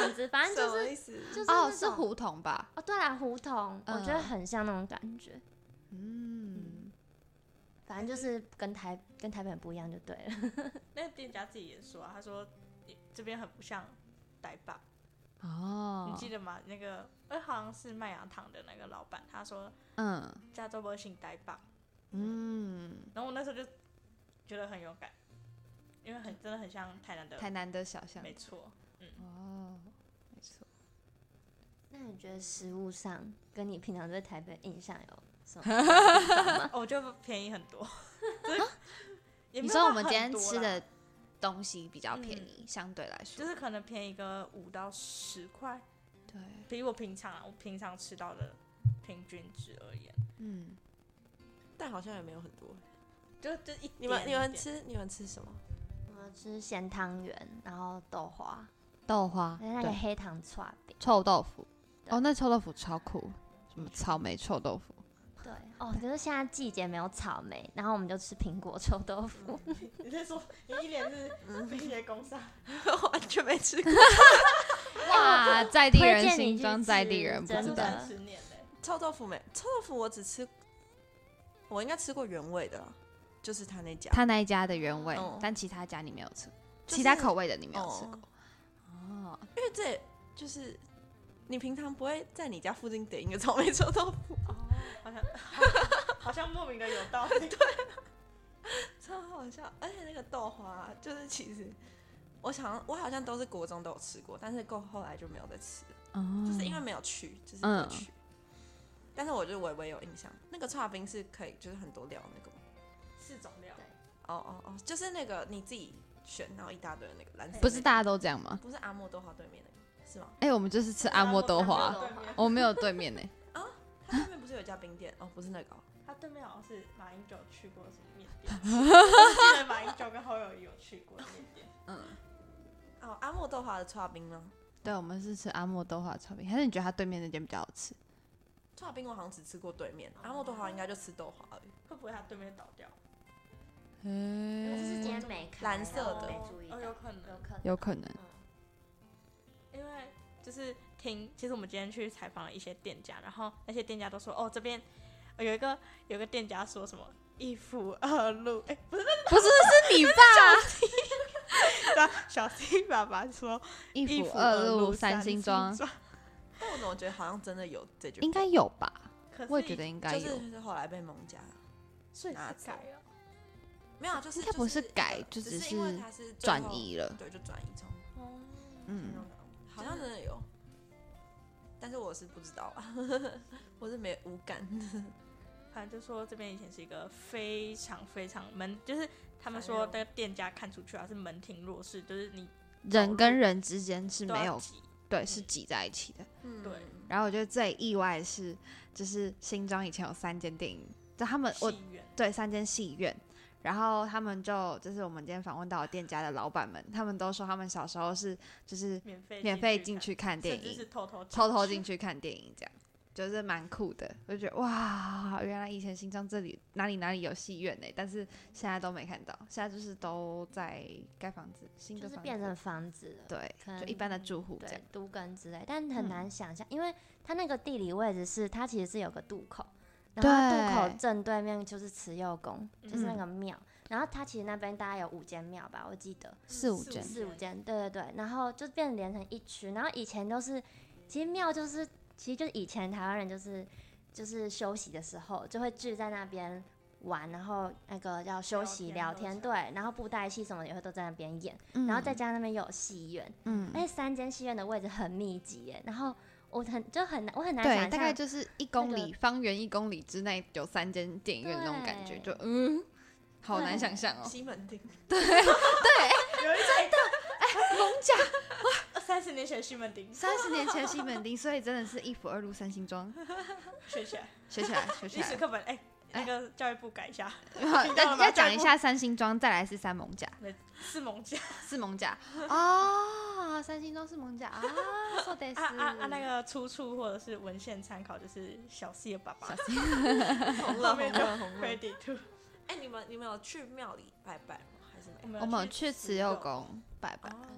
Speaker 4: 样子，反正
Speaker 2: 什
Speaker 4: 就是
Speaker 2: 么意思？
Speaker 4: 就是
Speaker 3: 哦，
Speaker 4: 那种
Speaker 3: 是胡同吧？
Speaker 4: 哦，对啦，胡同，
Speaker 3: 嗯
Speaker 4: 我觉得很像那种感觉。
Speaker 3: 嗯，
Speaker 4: 反正就是跟台跟台北很不一样就对了。
Speaker 1: 那个店家自己也说啊，他说这边很不像台北。
Speaker 3: 哦，
Speaker 1: 你记得吗？那个呃，好像是麦芽糖的那个老板，他说，
Speaker 3: 嗯
Speaker 1: 加州不行台北。
Speaker 3: 嗯，
Speaker 1: 然后我那时候就觉得很有感，因为很真的很像台南的，
Speaker 3: 台南的小巷，
Speaker 1: 没错，嗯，
Speaker 3: 哦，没错。
Speaker 4: 那你觉得食物上跟你平常对台北印象有什么不一样的地方吗？
Speaker 1: 哦，我觉得便宜很多。也没有
Speaker 3: 你说我们
Speaker 1: 到
Speaker 3: 今天
Speaker 1: 很多啦
Speaker 3: 吃的东西比较便宜，相对来说，
Speaker 1: 就是可能便宜个五到十块，
Speaker 3: 对，
Speaker 1: 比我平常啊我平常吃到的平均值而言，
Speaker 3: 嗯，
Speaker 2: 但好像也没有很多。
Speaker 1: 就就一点
Speaker 2: 你们你们
Speaker 1: 点
Speaker 2: 吃你们吃什么？
Speaker 4: 我吃咸汤圆，然后豆花，
Speaker 3: 豆花，
Speaker 4: 还有那个
Speaker 3: 对，
Speaker 4: 黑糖串饼。
Speaker 3: 臭豆腐，
Speaker 4: 对
Speaker 3: 哦，那臭豆腐超酷，什么草莓臭豆腐，
Speaker 4: 对哦，可是现在季节没有草莓，然后我们就吃苹果臭豆腐。
Speaker 1: 你在说你一脸是冰雪工伤，
Speaker 2: 完全没吃过。
Speaker 3: 哇，在地人
Speaker 4: 推荐你去
Speaker 3: 心中，在
Speaker 4: 吃
Speaker 3: 地人不
Speaker 4: 真的
Speaker 3: 知道。
Speaker 1: 三十年嘞，
Speaker 2: 臭豆腐没，臭豆腐我只吃，我应该吃过原味的啦，就是他那家。
Speaker 3: 他那一家的原味，
Speaker 2: 嗯
Speaker 3: 但其他家你没有吃，
Speaker 2: 就是
Speaker 3: 其他口味的你没有吃
Speaker 2: 哦
Speaker 3: 过。哦，
Speaker 2: 因为这就是你平常不会在你家附近点一个草莓臭豆腐，
Speaker 1: 哦，好像好像莫名的有道理，
Speaker 2: 超好笑。而且那个豆花，就是其实我想我好像都是国中都有吃过，但是过后来就没有再吃了，
Speaker 3: 哦
Speaker 2: 就是因为没有去，就是没有去。但是我就微微有印象，那个刨冰是可以，就是很多料那个吗？
Speaker 1: 四种料，
Speaker 2: 哦哦哦，就是那个你自己选，然后一大堆的那个蓝色。
Speaker 3: 不是大家都这样吗？
Speaker 2: 不是阿莫豆花对面那个是吗？
Speaker 3: 哎、我们就是吃阿莫豆花，
Speaker 1: 对面
Speaker 3: 我没有对面呢、
Speaker 2: 它对面不是有一家冰店？哦，不是那个、哦。
Speaker 1: 他对面好像是马英九去过什么面店，我记得马英九跟侯友宜有去过的面店。
Speaker 3: 嗯，
Speaker 2: 哦，阿莫豆花的刨冰吗？
Speaker 3: 对，我们是吃阿莫豆花炒饼，还是你觉得他对面那间比较好吃？
Speaker 2: 刨冰我好像只吃过对面，阿莫豆花应该就吃豆花而已。
Speaker 1: 会不会他对面倒掉？
Speaker 4: 可
Speaker 3: 嗯，
Speaker 4: 是今天没开，
Speaker 2: 蓝色的
Speaker 4: 然后没注意到，
Speaker 1: 哦，有可能，
Speaker 4: 有可能，
Speaker 3: 有可能。
Speaker 1: 因为就是听，其实我们今天去采访了一些店家，然后那些店家都说，哦，这边呃有一个有一个店家说什么一府二路，哎、不是，
Speaker 3: 不是，是你吧？
Speaker 1: 那小 C 爸爸说
Speaker 3: 一府
Speaker 1: 府
Speaker 3: 二
Speaker 1: 路
Speaker 3: 路三星庄，
Speaker 2: 但我怎么觉得好像真的有这句话？
Speaker 3: 应该有吧？
Speaker 1: 可是
Speaker 3: 我也觉得应该
Speaker 2: 就
Speaker 3: 有，
Speaker 2: 是后来被蒙家，
Speaker 1: 所以
Speaker 2: 拿走
Speaker 1: 是改了，
Speaker 2: 没有啊，就是
Speaker 3: 应该不是
Speaker 2: 就是
Speaker 3: 改
Speaker 2: 一个
Speaker 3: 就只是
Speaker 2: 只因为它是最后
Speaker 3: 转移了。
Speaker 2: 对，就转移从，
Speaker 1: 哦，
Speaker 3: 嗯，
Speaker 2: 好像真的有，但是我是不知道啊，我是没无感。
Speaker 1: 反正就说这边以前是一个非常非常门，就是他们说那个店家看出去啊是门庭若市，就是你
Speaker 3: 人跟人之间是没有
Speaker 1: 都要挤
Speaker 3: 对，是挤在一起的。
Speaker 2: 嗯
Speaker 1: 对
Speaker 3: 然后我觉得最意外的是，就是新庄以前有三间电影，就他们我
Speaker 1: 戏院，
Speaker 3: 对三间戏院，然后他们就就是我们今天访问到的店家的老板们，他们都说他们小时候是就是
Speaker 1: 免费
Speaker 3: 免费进去看
Speaker 1: 看，
Speaker 3: 电影
Speaker 1: 甚至是，偷偷
Speaker 3: 偷偷进去看电影，这样就是蛮酷的。我就觉得哇，原来以前新庄这里哪里哪里有戏院呢，但是现在都没看到，现在就是都在盖房子，新
Speaker 4: 就
Speaker 3: 的房子，
Speaker 4: 是变成房子了。
Speaker 3: 对，
Speaker 4: 可能
Speaker 3: 就一般的住户这
Speaker 4: 对
Speaker 3: 样。，
Speaker 4: 都根之类，但很
Speaker 3: 嗯
Speaker 4: 难想象，因为它那个地理位置是它其实是有个渡口，然后渡口
Speaker 3: 对
Speaker 4: 正对面就是慈幼宫，就是那
Speaker 3: 嗯
Speaker 4: 个庙，然后它其实那边大概有五间庙吧，我记得
Speaker 3: 四五间，
Speaker 4: 四五间，对对对，然后就变成连成一区，然后以前都是，其实庙就是，其实就是以前台湾人就是就是休息的时候就会聚在那边玩，然后那个要休息聊天，
Speaker 1: 聊天喝茶
Speaker 4: 对，然后布袋戏什么也会都在那边演，
Speaker 3: 嗯
Speaker 4: 然后再加上那边有戏院，
Speaker 3: 嗯
Speaker 4: 而且三间戏院的位置很密集耶，然后我很就很难，我很难
Speaker 3: 对，
Speaker 4: 想象，
Speaker 3: 大概就是一公
Speaker 4: 那
Speaker 3: 里，方圆一公里之内有三间电影院那种感觉，就
Speaker 4: 对
Speaker 3: 嗯，好难
Speaker 4: 对
Speaker 3: 想象哦。
Speaker 2: 西门町，
Speaker 1: 有一种
Speaker 3: 蒙甲
Speaker 1: 三十年前西门町
Speaker 3: 三十年前西门町，所以真的是一府二路三星庄，
Speaker 1: 学起来，
Speaker 3: 学起来，学起
Speaker 1: 历史
Speaker 3: 来。
Speaker 1: 课本哎、那个教育部改一下，
Speaker 3: 好
Speaker 1: 听到了吗
Speaker 3: 要讲一下三星庄，再来是三艋甲，
Speaker 1: 是蒙家
Speaker 3: 四艋甲哦，三星庄是艋甲啊，说的是
Speaker 1: 啊啊啊那个出处或者是文献参考就是小 C 的爸爸，
Speaker 3: 小 C
Speaker 2: 红了红
Speaker 1: 后面就
Speaker 2: 了红了。
Speaker 1: credit to
Speaker 2: 哎，你们你们有去庙里拜拜吗？还是没有？
Speaker 1: 我们
Speaker 3: 我们有去慈幼
Speaker 1: 慈幼
Speaker 3: 宫拜拜，
Speaker 1: 哦，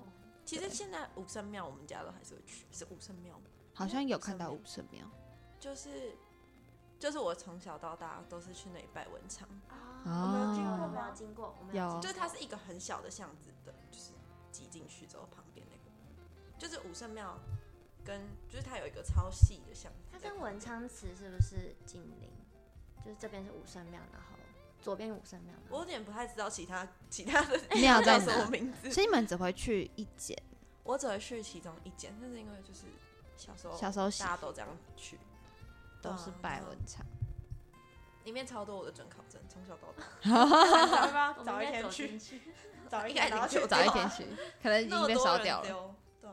Speaker 2: 其实现在武圣庙我们家都还是会去，是武圣庙吗？
Speaker 3: 好像有看到武圣庙，
Speaker 2: 就是就是我从小到大都是去那里拜文昌，
Speaker 4: 我没有经过，我没有经过，我没有经过。
Speaker 2: 就是它是一个很小的巷子的，就是挤进去之后旁边那个，就是武圣庙跟就是它有一个超细的巷子。
Speaker 4: 它跟文昌祠是不是紧邻？就是这边是武圣庙，然后左边武圣庙。
Speaker 2: 我有点不太知道其他其他的
Speaker 3: 庙在
Speaker 2: 叫什么
Speaker 3: 哪，
Speaker 2: 名字，
Speaker 3: 所以你们只会去一间。
Speaker 2: 我只会去其中一间，但是因为就是小时候
Speaker 3: 小时候
Speaker 2: 大家都这样去，
Speaker 3: 都是拜文昌，
Speaker 2: 里面超多我的准考证，从小到大。
Speaker 1: 要不要
Speaker 4: 我们
Speaker 1: 早一
Speaker 4: 应该走
Speaker 1: 天去？
Speaker 4: 进去。
Speaker 1: 早一
Speaker 2: 应该
Speaker 1: 天然后去
Speaker 2: 已经
Speaker 3: 早一天去，可能已经被烧掉了。
Speaker 2: 那么多人丢对啊，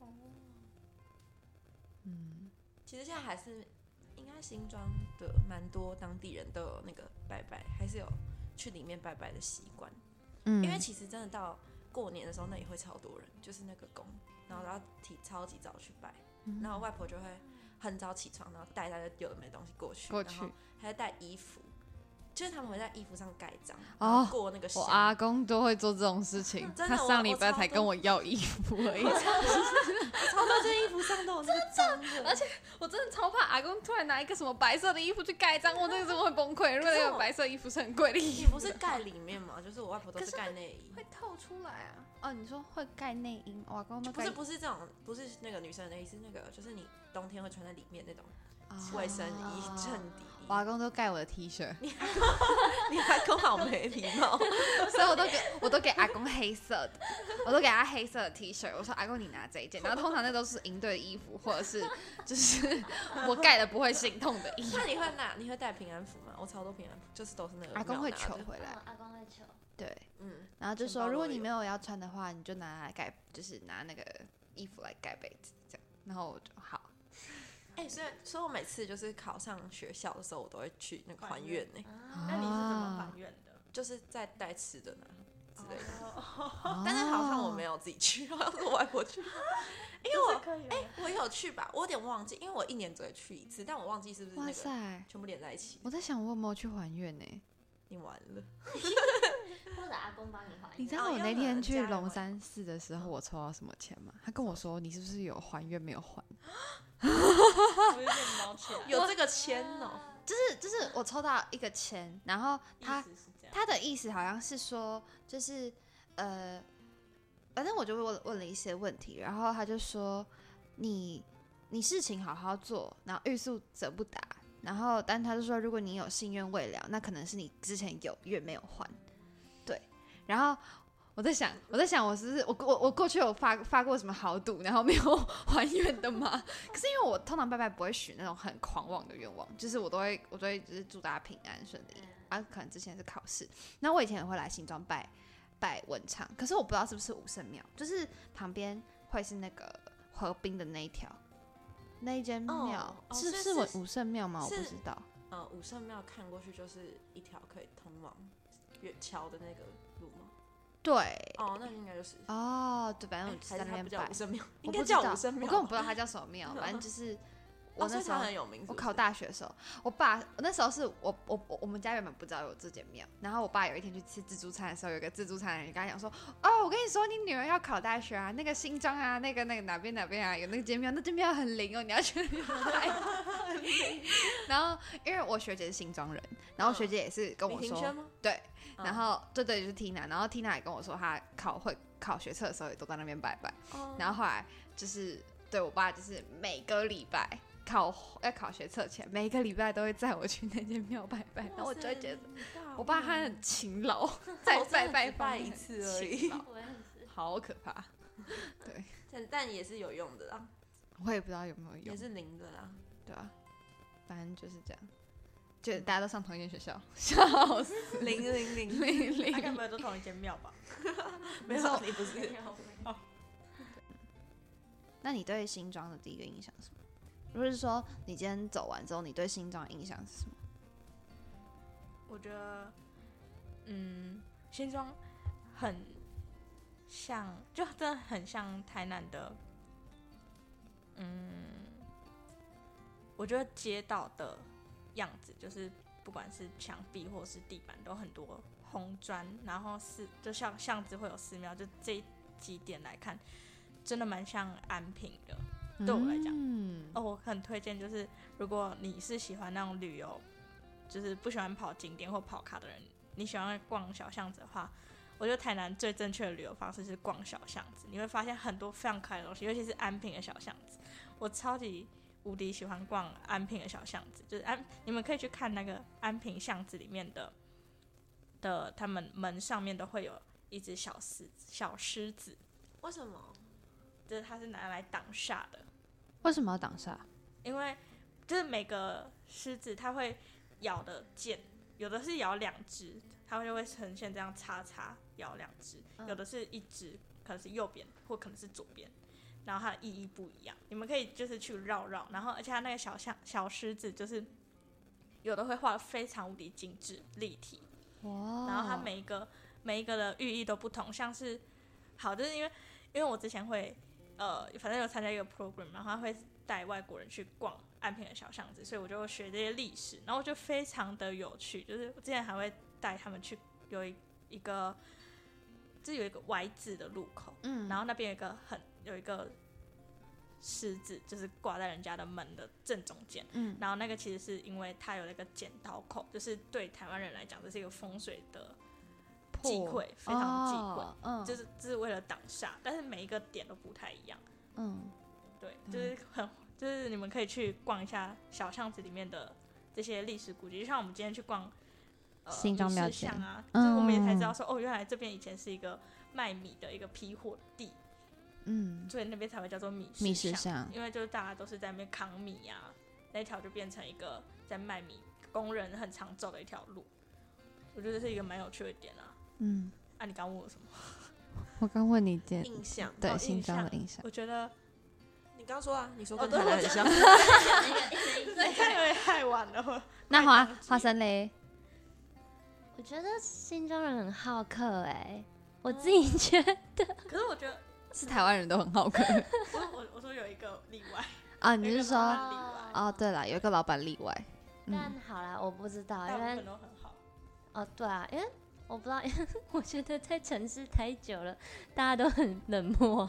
Speaker 3: 嗯，
Speaker 2: 其实现在还是应该新庄的蛮多当地人都有那个拜拜，还是有去里面拜拜的习惯。
Speaker 3: 嗯
Speaker 2: 因为其实真的到过年的时候，那里会超多人，就是那个宫，然后要提超级早去拜，
Speaker 3: 嗯
Speaker 2: 然后外婆就会很早起床，然后带大家有的没东西过去，
Speaker 3: 过去
Speaker 2: 然后还会带衣服，就是他们会在衣服上盖章，
Speaker 3: 哦
Speaker 2: 然后过那个香。
Speaker 3: 我阿公都会做这种事情，
Speaker 2: 真的
Speaker 3: 他上礼拜
Speaker 2: 我我超多
Speaker 3: 才跟我要衣服而已。
Speaker 2: 超多件衣服上都有那个章的，
Speaker 3: 而且我真的超怕阿公突然拿一个什么白色的衣服去盖章，我那个真的会崩溃。如果那个白色衣服是很贵的衣服，
Speaker 2: 你不是盖里面吗？就是我外婆都是盖内衣，
Speaker 3: 会透出来啊。哦，你说会盖内衣，我阿公都盖
Speaker 2: 不是不是这种，不是那个女生的内衣，是那个就是你冬天会穿在里面那种
Speaker 3: 哦
Speaker 2: 卫生衣、衬底衣。
Speaker 3: 我阿公都盖我的 T 恤，
Speaker 2: 你还跟好没礼貌，
Speaker 3: 所以我都给我都给阿公黑色的，我都给他黑色的 T 恤。我说阿公你拿这一件，然后通常那都是营队的衣服，或者是就是我盖了不会心痛的衣服。
Speaker 2: 那你会拿？你会带平安符吗？我超多平安符，就是都是那个
Speaker 3: 阿公会
Speaker 2: 庙拿的
Speaker 3: 求回来，
Speaker 4: 阿公会求。
Speaker 3: 对，
Speaker 2: 嗯，
Speaker 3: 然后就
Speaker 2: 钱包都
Speaker 3: 说如果你
Speaker 2: 有
Speaker 3: 没有要穿的话，你就拿来盖，就是拿那个衣服来盖被子这样。然后我就好。
Speaker 2: 哎、所以所以我每次就是考上学校的时候，我都会去那个还愿呢、
Speaker 1: 那你是怎么还愿的？
Speaker 2: 就是在带吃的呢之类的。
Speaker 3: 哦
Speaker 2: 但是好像我没有自己去，好像是我外婆去。因为我
Speaker 1: 可以
Speaker 2: 哎、我有去吧，我有点忘记，因为我一年只会去一次，但我忘记是不是那个
Speaker 3: 哇塞！
Speaker 2: 全部连在一起。
Speaker 3: 我在想我有没有去还愿呢？
Speaker 2: 你完了，
Speaker 4: 或者阿公帮你还。
Speaker 3: 你知道我
Speaker 2: 哦因为有
Speaker 3: 那天去
Speaker 2: 人家人会
Speaker 3: 龙山寺的时候，我抽到什么钱吗？他跟我说你是不是有还愿没有还？
Speaker 1: 我有点毛起来。
Speaker 2: 有这个签哦、
Speaker 3: 就是就是我抽到一个签，然后他
Speaker 1: 意思是这样，
Speaker 3: 他的意思好像是说，就是呃，反正我就问问了一些问题，然后他就说你你事情好好做，然后欲速则不达，然后但他就说如果你有心愿未了，那可能是你之前有愿没有还，对，然后。我在想，我在想，我是不是我我我过去有发发过什么豪赌，然后没有还愿的吗？可是因为我通常拜拜不会许那种很狂妄的愿望，就是我都会我都会就是祝大家平安顺利。啊，可能之前是考试，那我以前也会来新庄拜拜文昌，可是我不知道是不是武圣庙，就是旁边会是那个河滨的那一条那一间庙，
Speaker 2: 哦哦
Speaker 3: 是
Speaker 2: 是是
Speaker 3: 是武圣庙吗？我不
Speaker 2: 是
Speaker 3: 知道。
Speaker 2: 呃，武圣庙看过去就是一条可以通往月桥的那个路吗？
Speaker 3: 对，
Speaker 2: 哦，那应该就是。
Speaker 3: 哦，对，反正我
Speaker 2: 哎
Speaker 3: 就在那边拜
Speaker 2: 还是它不叫武。圣庙，应
Speaker 3: 我不知
Speaker 2: 该叫
Speaker 3: 道
Speaker 2: 武圣庙吧。
Speaker 3: 我根本不知道它叫什么庙，反正就是我
Speaker 2: 哦所以
Speaker 3: 那时候
Speaker 2: 它很有名是不是
Speaker 3: 我考大学的时候，我爸我那时候是我我我我们家原本不知道有这间庙，然后我爸有一天去吃自助餐的时候，有一个自助餐的人跟他讲说，哦，我跟你说，你女儿要考大学啊，那个新庄啊，那个那个哪边哪边啊，有那间庙，那间庙很灵哦，你要去那边拜。然后因为我学姐是新庄人，然后学姐也是跟我说
Speaker 2: 李庭轩，吗？
Speaker 3: 对，
Speaker 2: 嗯
Speaker 3: 然后对对就是 Tina，然后 Tina 也跟我说，她考会考学测的时候也都在那边拜拜。
Speaker 2: 哦
Speaker 3: 然后后来就是对我爸，就是每个礼拜考要考学测前，每个礼拜都会载我去那间庙拜拜。然后我就会觉得，我爸他很勤劳，在拜拜方面
Speaker 2: 拜一次而已
Speaker 3: 勤劳
Speaker 4: 我也是。
Speaker 3: 好可怕。对，
Speaker 2: 但但也是有用的啦，
Speaker 3: 我也不知道有没有用，
Speaker 2: 也是灵的啦。
Speaker 3: 对啊，反正就是这样，就大家都上同一间学校，笑死，
Speaker 2: 零零零，
Speaker 3: 零
Speaker 1: 大概
Speaker 3: 零。
Speaker 1: 不会都同一间庙吧？
Speaker 2: 没有你不是。
Speaker 3: 那你对新庄的第一个印象是什么？如果是说你今天走完之后，你对新庄的印象是什么？
Speaker 1: 我觉得，嗯，新庄很像，就真的很像台南的，嗯，我觉得街道的样子，就是不管是墙壁或是地板，都很多红砖，然后寺就像巷子会有寺庙，就这几点来看， 真的蛮像安平的，对我来讲。
Speaker 3: 嗯，
Speaker 1: 哦，我很推荐，就是如果你是喜欢那种旅游，就是不喜欢跑景点或跑卡的人，你喜欢逛小巷子的话，我觉得台南最正确的旅游方式是逛小巷子，你会发现很多非常可爱的东西，尤其是安平的小巷子，我超级无敌喜欢逛安平的小巷子，就是安，你们可以去看那个安平巷子里面的的，他们门上面都会有一只小狮子，小狮子，
Speaker 2: 为什么？
Speaker 1: 就是它是拿来挡煞的。
Speaker 3: 为什么要挡煞？
Speaker 1: 因为就是每个狮子它会咬的剑，有的是咬两只，它就会呈现这样叉叉咬两只，有的是一只，可能是右边或可能是左边，然后它的意义不一样。你们可以就是去绕绕，然后而且它那个小像小狮子就是有的会画得非常无敌精致立体，
Speaker 3: 哇！
Speaker 1: 然后它每一个每一个的寓意都不同，像是好就是因为因为我之前会呃反正有参加一个 program， 然后他会带外国人去逛安平的小巷子，所以我就学这些历史，然后我就非常的有趣，就是我之前还会带他们去有一一个，就是有一个 Y 字的路口，嗯，然后那边有一个很有一个狮子，就是挂在人家的门的正中间，嗯，然后那个其实是因为它有那个剪刀口，就是对台湾人来讲这是一个风水的忌讳，非常忌讳，哦嗯，就是就是为了挡煞，但是每一个点都不太一样，嗯，对，就是很。就是你们可以去逛一下小巷子里面的这些历史古迹，就像我们今天去逛呃
Speaker 3: 新庄庙街
Speaker 1: 啊，就是我们也才知道说，哦，原来这边以前是一个卖米的一个批货地，嗯，所以那边才会叫做米
Speaker 3: 米市巷，
Speaker 1: 因为就是大家都是在那边扛米啊，那条就变成一个在卖米工人很常走的一条路，我觉得这是一个蛮有趣的点啊。嗯，啊，你刚问我什么？
Speaker 3: 我刚问你件
Speaker 2: 印象，
Speaker 3: 对新庄的印象，
Speaker 1: 我觉得。
Speaker 2: 你刚说啊，你说跟台南很像，
Speaker 1: 你看有点太晚了。
Speaker 3: 那花花生嘞？
Speaker 4: 我觉得新庄人很好客哎、欸，我自己觉得。
Speaker 1: 可是我觉得
Speaker 3: 是台湾人都很好客。
Speaker 1: 我我说有一个例外
Speaker 3: 啊，你是说哦？对了，有一个老板例外。
Speaker 4: 嗯、但好啦，我不知道，因为
Speaker 1: 都很好。
Speaker 4: 哦，对啊，因为我不知道，因为我觉得在城市太久了，大家都很冷漠。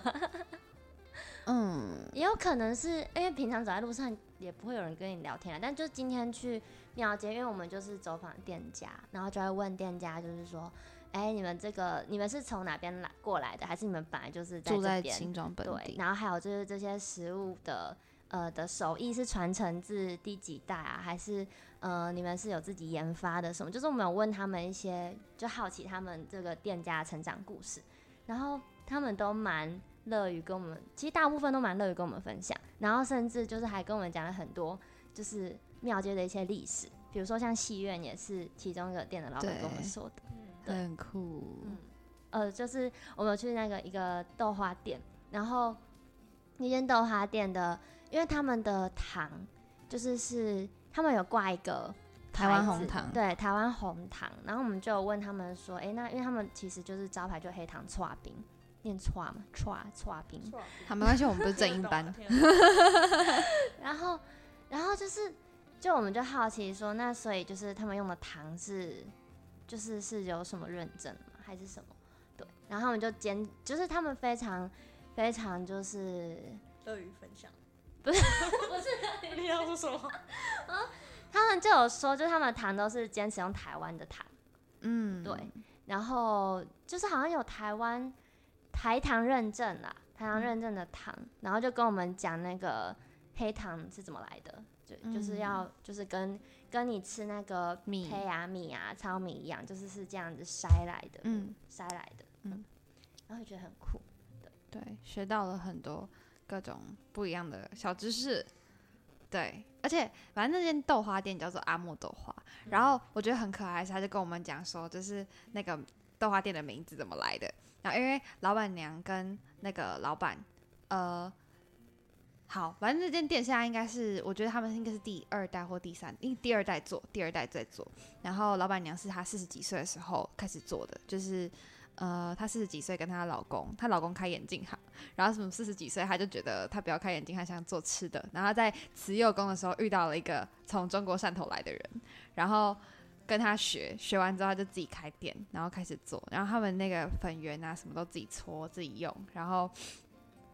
Speaker 4: 嗯，也有可能是因为平常走在路上也不会有人跟你聊天啊，但就今天去庙街，因为我们就是走访店家，然后就会问店家，就是说，哎、欸，你们这个你们是从哪边来过来的，还是你们本来就是在这边
Speaker 3: 住在新庄本地？
Speaker 4: 对，然后还有就是这些食物的呃的手艺是传承自第几代啊，还是呃你们是有自己研发的什么？就是我们有问他们一些，就好奇他们这个店家的成长故事，然后他们都蛮乐于跟我们，其实大部分都蛮乐于跟我们分享，然后甚至就是还跟我们讲了很多就是庙街的一些历史，比如说像戏院也是其中一个店的老板跟我们说的，
Speaker 3: 对，很酷。
Speaker 4: 嗯，呃，就是我们去那个一个豆花店，然后那间豆花店的，因为他们的糖就是是他们有挂一个
Speaker 3: 台湾红糖，
Speaker 4: 对，台湾红糖，然后我们就有问他们说，哎、欸，那因为他们其实就是招牌就黑糖剉冰。念剉嘛，剉剉冰，
Speaker 3: 好，没关系，我们不是正音班。
Speaker 4: 然后，然后就是，就我们就好奇说，那所以就是他们用的糖是，就是是有什么认证吗？还是什么？对，然后他们就坚，就是他们非常非常就是
Speaker 1: 乐于分享，
Speaker 4: 不是不是，
Speaker 1: 你要说什么？
Speaker 4: 啊，他们就有说，就他们的糖都是坚持用台湾的糖，嗯，对，然后就是好像有台湾。台糖认证啦，台糖认证的糖，嗯、然后就跟我们讲那个黑糖是怎么来的，就、嗯、就是要就是跟跟你吃那个米黑啊米啊糙米一样，就是是这样子筛来的，嗯，筛来的，嗯，然后觉得很酷，对
Speaker 3: 对，学到了很多各种不一样的小知识，对，而且反正那间豆花店叫做阿莫豆花，嗯、然后我觉得很可爱，是他就跟我们讲说，就是那个豆花店的名字怎么来的。然后因为老板娘跟那个老板，呃，好，反正这间店现在应该是，我觉得他们应该是第二代或第三，因为第二代做，第二代在做。然后老板娘是她四十几岁的时候开始做的，就是呃，她四十几岁跟她老公，她老公开眼镜行，然后什么四十几岁，她就觉得她不要开眼镜，她想做吃的。然后在慈幼宫的时候遇到了一个从中国汕头来的人，然后。跟他学，学完之后他就自己开店，然后开始做，然后他们那个粉圆啊什么都自己搓自己用，然后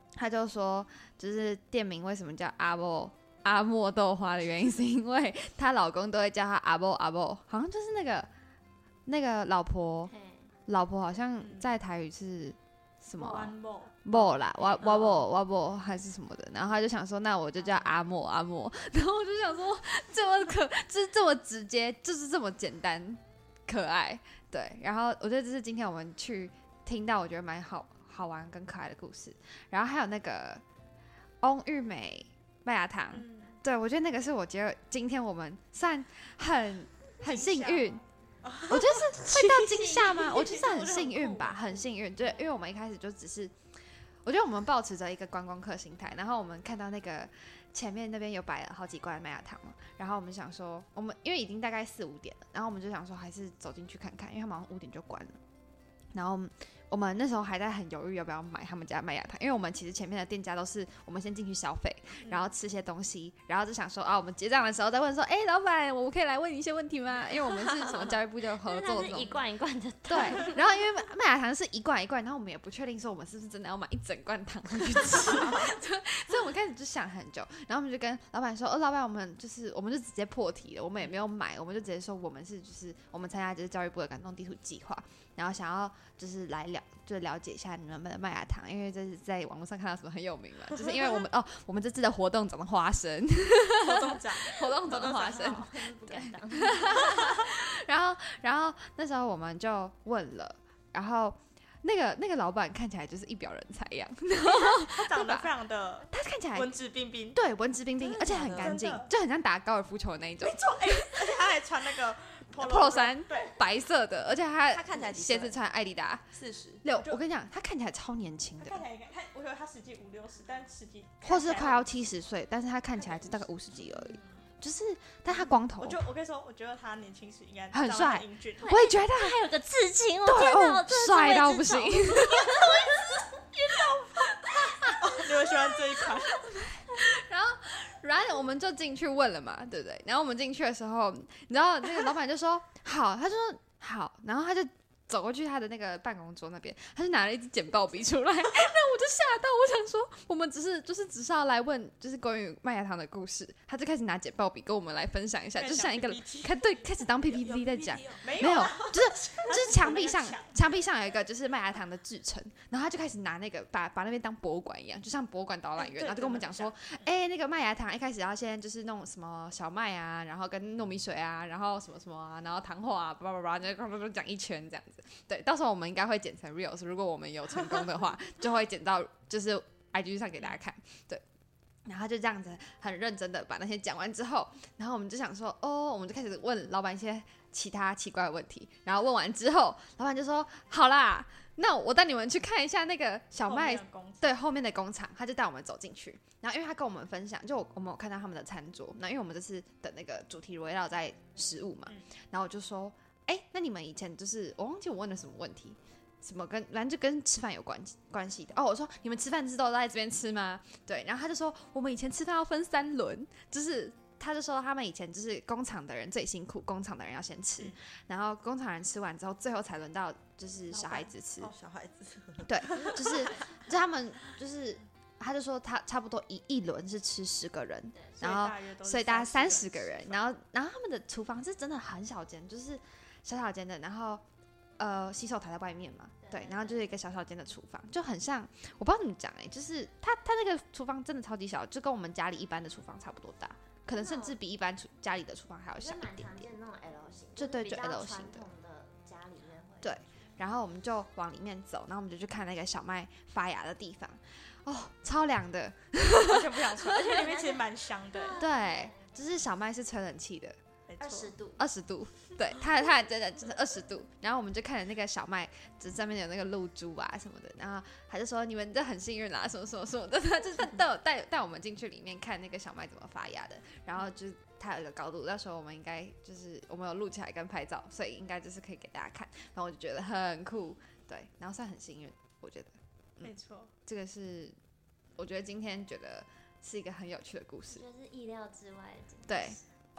Speaker 3: 他就说，就是店名为什么叫阿莫阿莫豆花的原因，是因为她老公都会叫她阿莫阿莫，好像就是那个那个老婆，老婆好像在台语是什么、啊？莫啦，哇哇莫哇莫还是什么的，然后他就想说，那我就叫阿莫阿莫，然后我就想说，这么可，就是这么直接，就是这么简单可爱，对。然后我觉得这是今天我们去听到，我觉得蛮好好玩跟可爱的故事。然后还有那个翁玉美麦芽糖，嗯、对我觉得那个是我觉得今天我们算很很幸运。我觉得是会到惊吓吗？我觉得是很幸运吧，很幸运。对，因为我们一开始就只是，我觉得我们抱持着一个观光客心态，然后我们看到那个前面那边有摆了好几罐麦芽糖嘛，然后我们想说，我们因为已经大概四五点了，然后我们就想说还是走进去看看，因为他们好像五点就关了。然后我们那时候还在很犹豫要不要买他们家麦芽糖，因为我们其实前面的店家都是我们先进去消费，然后吃些东西，然后就想说啊，我们结账的时候再问说，哎、欸，老板，我们可以来问你一些问题吗？因为我们是什么教育部就合作这种，
Speaker 4: 是一罐一罐的。
Speaker 3: 对，然后因为麦芽糖是一罐一罐，然后我们也不确定说我们是不是真的要买一整罐糖回去吃，所以我们开始就想很久，然后我们就跟老板说，哦，老板，我们就是我们就直接破题了，我们也没有买，我们就直接说我们是就是我们参加就是教育部的感动地图计划，然后想要就是来了就了解一下你们的麦芽糖，因为这是在网络上看到什么很有名嘛，就是因为我们哦，我们这次的活动长的花生，
Speaker 1: 活动长
Speaker 3: 活动长的花生，对，然后然后那时候我们就问了，然后那个那个老板看起来就是一表人才一样，
Speaker 1: 他长得非常的，
Speaker 3: 他看起来
Speaker 1: 文质彬彬，
Speaker 3: 对，文质彬彬，而且很干净，就很像打高尔夫球的那一种，
Speaker 1: 没错，哎、欸，而且他还穿那个。
Speaker 3: polo 衫，
Speaker 1: 对，
Speaker 3: 白色的，而且他
Speaker 2: 他看起来
Speaker 3: 鞋子穿艾迪达，
Speaker 2: 四十
Speaker 3: 六。我跟你讲，他看起来超年轻的，
Speaker 1: 他看起来他，我觉得他实际五六十，但实际
Speaker 3: 或是快要七十岁，但是他看起来就大概五十几而已。就是，但他光头，
Speaker 1: 我就我跟你说，我觉得他年轻时应该
Speaker 3: 很帅，
Speaker 1: 英俊，
Speaker 3: 我也觉得
Speaker 4: 他还有个刺青，
Speaker 3: 对
Speaker 4: 哦，
Speaker 3: 帅到不行。
Speaker 1: 你们喜欢这一款？
Speaker 3: 然后，然后我们就进去问了嘛，对不对？然后我们进去的时候，你知道那个老板就说好，他说好，然后他就走过去他的那个办公桌那边，他就拿了一支简报笔出来，然后我就吓到，我想说我们只是就是只是要来问就是关于麦芽糖的故事，他就开始拿简报笔跟我们来分享一下，就像一个开对开始当 P P T 在讲，
Speaker 1: 没
Speaker 3: 有，就是就是墙壁上墙壁上有一个就是麦芽糖的制成，然后他就开始拿那个把把那边当博物馆一样，就像博物馆导览员，然后就跟我们讲说，哎、欸，那个麦芽糖一开始要先就是弄什么小麦啊，然后跟糯米水啊，然后什么什么啊，然后糖化啊，叭叭叭，就讲一圈这样子。对，到时候我们应该会剪成 reels， 如果我们有成功的话，就会剪到就是 I G 上给大家看。对，然后就这样子很认真的把那些讲完之后，然后我们就想说，哦，我们就开始问老板一些其他奇怪的问题。然后问完之后，老板就说，好啦，那我带你们去看一下那个小麦，对，后面的工厂，他就带我们走进去。然后因为他跟我们分享，就我我们有看到他们的餐桌，那因为我们这次的那个主题围绕在食物嘛，然后我就说。哎、欸，那你们以前就是我忘记我问了什么问题，什么跟反正就跟吃饭有关关系的哦。我说你们吃饭是都在这边吃吗？对，然后他就说我们以前吃饭要分三轮，就是他就说他们以前就是工厂的人最辛苦，工厂的人要先吃，嗯、然后工厂人吃完之后，最后才轮到就是小孩子吃。
Speaker 2: 哦，小孩子。
Speaker 3: 对，就是就他们就是。他就说他差不多一一轮是吃十个人，然后所以大概三十个人，然后然后他们的厨房是真的很小间，就是小小间的，然后呃洗手台在外面嘛，对，然后就是一个小小间的厨房，就很像我不知道怎么讲哎、欸，就是他他那个厨房真的超级小，就跟我们家里一般的厨房差不多大，可能甚至比一般家里的厨房还要小一点点。
Speaker 4: 那种 L 型，
Speaker 3: 就对，就 L 型的。
Speaker 4: 家里面会
Speaker 3: 对，然后我们就往里面走，然后我们就去看那个小麦发芽的地方。哦，超凉的，
Speaker 1: 完全不想穿，而且里面其实蛮香的。
Speaker 3: 对，就是小麦是吹冷气的，
Speaker 4: 二十度，
Speaker 3: 二十度，对，它它真的就是二十度。然后我们就看了那个小麦，这上面有那个露珠啊什么的，然后他就说你们这很幸运啦，什么什么什么的，他就带我带带我们进去里面看那个小麦怎么发芽的，然后就是它有一个高度，到时候我们应该就是我们有录起来跟拍照，所以应该就是可以给大家看，然后我就觉得很酷，对，然后算很幸运，我觉得。
Speaker 1: 嗯、没错，
Speaker 3: 这个是我觉得今天觉得是一个很有趣的故事，
Speaker 4: 就是意料之外的。
Speaker 3: 对，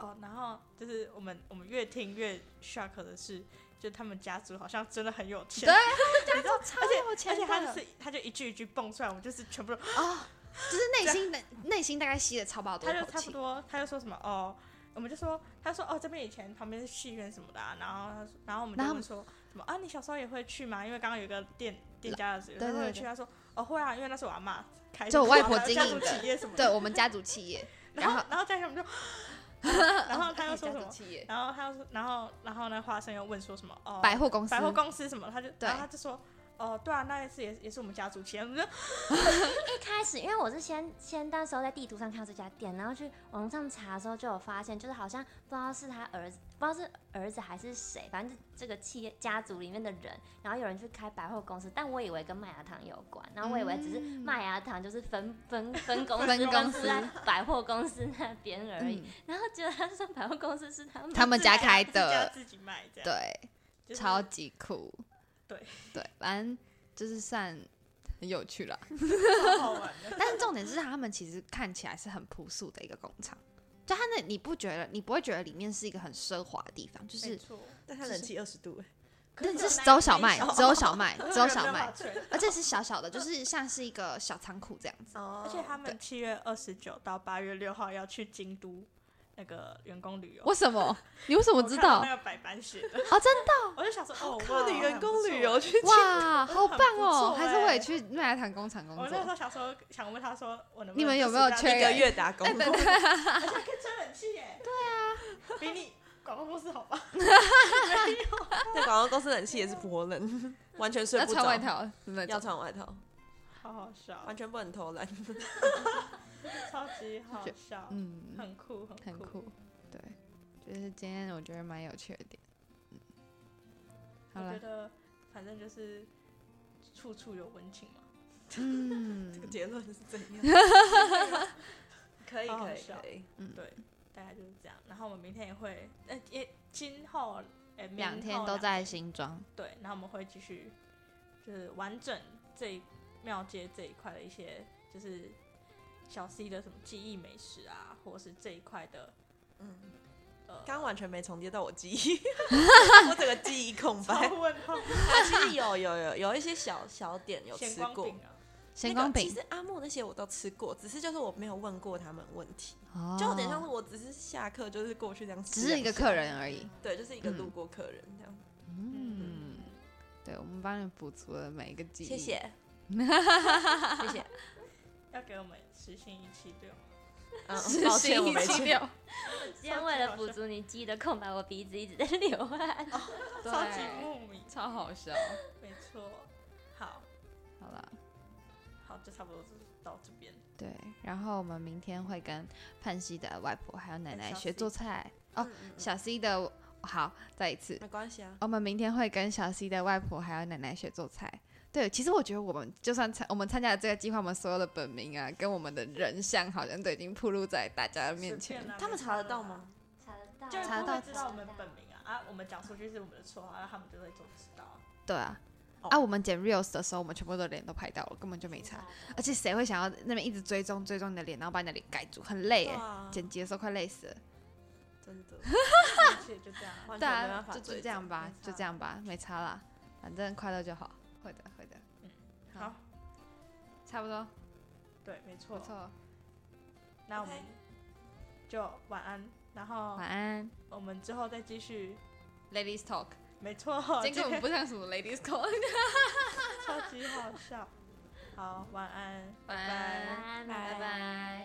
Speaker 1: 哦，然后就是我们我们越听越 shock 的是，就他们家族好像真的很有钱，
Speaker 3: 对，他们家族超有
Speaker 1: 而
Speaker 3: 钱的，
Speaker 1: 且他就是他就一句一句蹦出来，我们就是全部都
Speaker 3: 哦，就是内心的内心大概吸了超爆多口气，
Speaker 1: 他就差不多，他就说什么哦，我们就说，他说哦这边以前旁边是戏院什么的、啊，然后他然后我们就问说什么啊你小时候也会去吗？因为刚刚有一个店店家的，有时候会去，他说哦会啊，因为那是我阿嬷开的，
Speaker 3: 就我外婆经营的
Speaker 1: 企业什么的，
Speaker 3: 对我们家族企业，
Speaker 1: 然后然后家长就。然后他又说什么？然后他又说，然后然后呢？华生又问说什么？哦，
Speaker 3: 百货公司，
Speaker 1: 百货公司什么？他就，然后他就说，哦，对啊，那一次也也是我们家族企业。我们就
Speaker 4: 一开始，因为我是先先那时候在地图上看到这家店，然后去网上查的时候就有发现，就是好像不知道是他儿子，不知道是儿子还是谁，反正这个企业家族里面的人，然后有人去开百货公司，但我以为跟麦芽糖有关，然后我以为只是麦芽糖就是分分分公司
Speaker 3: 分公司
Speaker 4: 在百货公司那边而已，
Speaker 3: 嗯、
Speaker 4: 然后觉得他说百货公司是他们
Speaker 3: 他们家开的，
Speaker 1: 自己卖这样，
Speaker 3: 对，
Speaker 1: 就是、
Speaker 3: 超级酷，
Speaker 1: 对
Speaker 3: 对，反正就是算很有趣啦，
Speaker 1: 超好玩的。
Speaker 3: 但是重点是他们其实看起来是很朴素的一个工厂。就它那，你不觉得，你不会觉得里面是一个很奢华的地方，就是，
Speaker 2: 但它冷气二十度哎，
Speaker 3: 但是只有小麦，只有小麦，只有小麦，而且是小小的，就是像是一个小仓库这样子。
Speaker 1: 而且他们七月二十九到八月六号要去京都那个员工旅游。
Speaker 3: 为什么？你为什么知道？
Speaker 1: 那个白板写的
Speaker 3: 哦，真的。
Speaker 1: 我就想说，哦，
Speaker 2: 靠，你员工旅游去
Speaker 3: 哇，好棒哦！还是我也去麦芽糖工厂工作。
Speaker 1: 我那时候想说，想问他说，我能不能
Speaker 3: 你们有没有缺
Speaker 2: 一个月打工？
Speaker 1: 而且可以吹冷气耶。
Speaker 3: 对啊，
Speaker 1: 比你广告公司好吧？
Speaker 2: 没有，那广告公司冷气也是颇冷，完全睡不着。
Speaker 3: 要穿外套，
Speaker 2: 要穿外套，
Speaker 1: 好好笑，
Speaker 2: 完全不能偷懒，
Speaker 1: 超级好笑，
Speaker 3: 嗯，
Speaker 1: 很酷，
Speaker 3: 很酷，对，就是今天我觉得蛮有趣的点，嗯，好
Speaker 1: 我觉得反正就是处处有温情嘛，
Speaker 3: 嗯，
Speaker 2: 这个结论是怎样？可以可以可以，
Speaker 1: 嗯，对。大概就是这样，然后我们明天也会，呃，也今后，呃，
Speaker 3: 两天都在新庄，
Speaker 1: 对，然后我们会继续，就是完整这一庙街这一块的一些，就是小 C 的什么记忆美食啊，或者是这一块的，
Speaker 2: 嗯，
Speaker 1: 呃，
Speaker 2: 刚刚完全没重叠到我记忆，我整个记忆空白。
Speaker 1: 问号
Speaker 2: 啊，其实有有有有一些小小点有吃过。
Speaker 3: 咸光饼、
Speaker 2: 那个、其实阿莫那些我都吃过，只是就是我没有问过他们问题，
Speaker 3: 哦、
Speaker 2: 就有点像是我只是下课就是过去这样吃，
Speaker 3: 只是一个客人而已。
Speaker 2: 对，就是一个路过客人这样。
Speaker 3: 嗯，嗯对，我们帮你补足了每一个记忆。
Speaker 2: 谢谢，谢谢。
Speaker 1: 要给我们时薪一七六。
Speaker 2: 嗯，抱歉，我没去。
Speaker 4: 今天为了补足你记忆的空白，我鼻子一直在流汗，
Speaker 1: 哦、超级莫名，
Speaker 3: 超好笑。
Speaker 1: 没错，好，
Speaker 3: 好啦。
Speaker 1: 好，就差不多就是到这边。
Speaker 3: 对，然后我们明天会跟盼希的外婆还有奶奶学做菜哦。嗯嗯嗯小 C 的好，再一次，
Speaker 2: 没关系啊。
Speaker 3: 我们明天会跟小 C 的外婆还有奶奶学做菜。对，其实我觉得我们就算参我们参加了这个计划，我们所有的本名啊，跟我们的人像好像都已经暴露在大家的面前。
Speaker 1: 啊、
Speaker 2: 他们查得到吗？
Speaker 4: 查得到，
Speaker 1: 就查得到知道我们本名啊啊，我们讲出去是我们的绰号，然后他们就会都知道。
Speaker 3: 对啊。
Speaker 2: 哦、
Speaker 3: 啊，我们剪 reels 的时候，我们全部的脸都拍到了，根本就没差。而且谁会想要那边一直追踪追踪你的脸，然后把你的脸盖住，很累哎、啊，剪辑的时候快累死了。
Speaker 2: 真的，
Speaker 1: 就这样，完
Speaker 3: 全没办法追踪。就这样吧，就这样吧，没差啦，反正快乐就好。会的，会的。
Speaker 1: 嗯，好，
Speaker 3: 差不多。
Speaker 1: 对，没错。
Speaker 3: 没错。
Speaker 1: 那我们就晚安，然后
Speaker 3: 晚安。
Speaker 1: 我们之后再继续
Speaker 3: Ladies Talk。
Speaker 1: 没错，
Speaker 3: 今天根本不像什么 ladies talk，
Speaker 1: 超级好笑。好，晚安，
Speaker 3: 晚
Speaker 4: 安，拜拜。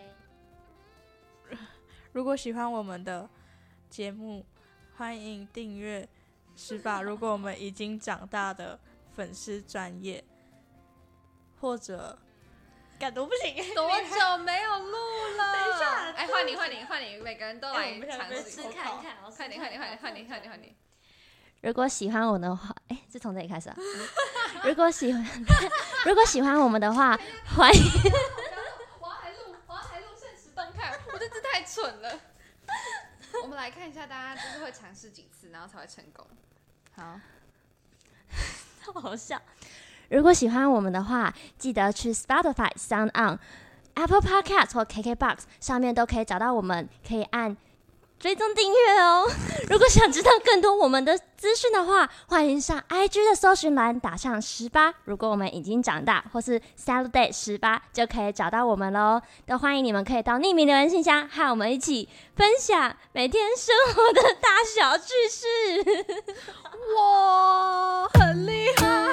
Speaker 1: 如果喜欢我们的节目，欢迎订阅十把如果我们已经长大的粉丝专页，或者感动不行，
Speaker 3: 多久没有录了？
Speaker 1: 等一下，
Speaker 3: 哎，换你，换你，换你，每个人都来尝试
Speaker 4: 看看，
Speaker 3: 快点，快点，快点，快点，快点，快点。
Speaker 4: 如果喜欢我的话，哎，是从这里开始啊。如果喜欢，如果喜欢我们的话，欢迎。
Speaker 3: 我要来录，我要来录现实动态，我觉得这太蠢了。我们来看一下，大家就是会尝试几次，然后才会成功。好，
Speaker 4: 超好笑。如果喜欢我们的话，记得去 Spotify、Sound On、Apple Podcast 或 K K Box 上面都可以找到我们，可以按追踪订阅哦。如果想知道更多我们的资讯的话，欢迎上 I G 的搜寻栏打上十八。如果我们已经长大，或是 Saturday 十八，就可以找到我们喽。都欢迎你们可以到匿名留言信箱和我们一起分享每天生活的大小趣事。
Speaker 3: 哇，很厉害！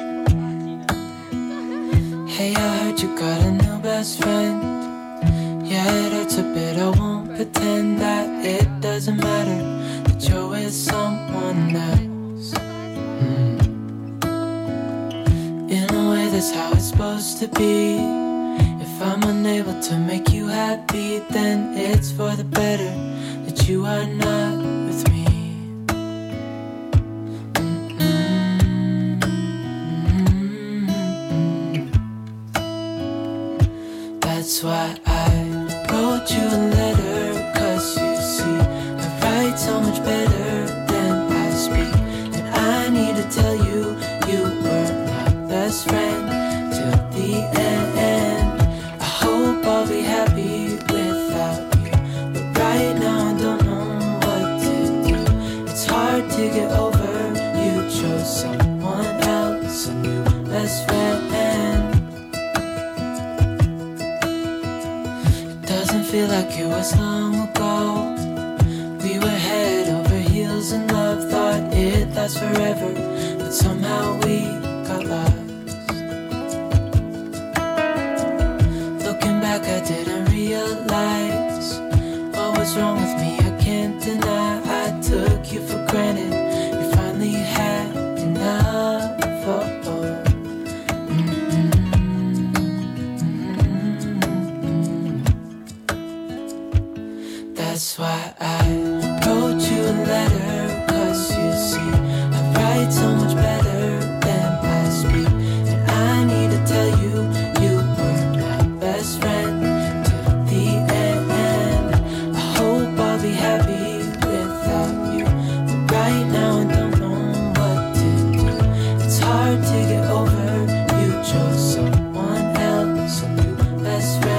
Speaker 5: Hey, I heard you got a new best friend. Yeah, it hurts a bit, I won't pretend that it doesn't matter that you're with someone else. Mm. In a way, that's how it's supposed to be. If I'm unable to make you happy, then it's for the better that you are not with me. That's why I wrote you a letter, cause you see I write so much better than I speak. And I need to tell you, you were my best friend till the end. I hope I'll be happy without you, but right now I don't know what to do. It's hard to get over, you chose someone else, a new best friend. Doesn't feel like it was long ago. We were head over heels in love, thought it'd last forever, but somehow we got lost. Looking back, I didn't realize what was wrong with me. I can't deny I took you for granted. You finally had enough. Oh, oh. That's why I wrote you a letter, cause you see I write so much better than I speak. And I need to tell you, you were my best friend till the end. I hope I'll be happy without you, but right now I don't know what to do. It's hard to get over, you chose someone else, a new best friend.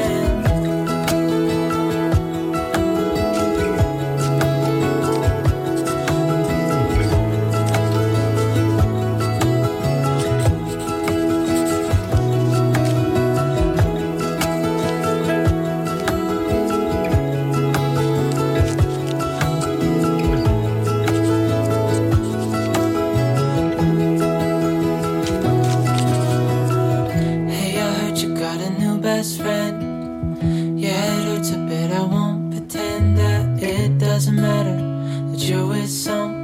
Speaker 5: Best friend, yeah, it hurts a bit. I won't pretend that it doesn't matter that you're with someone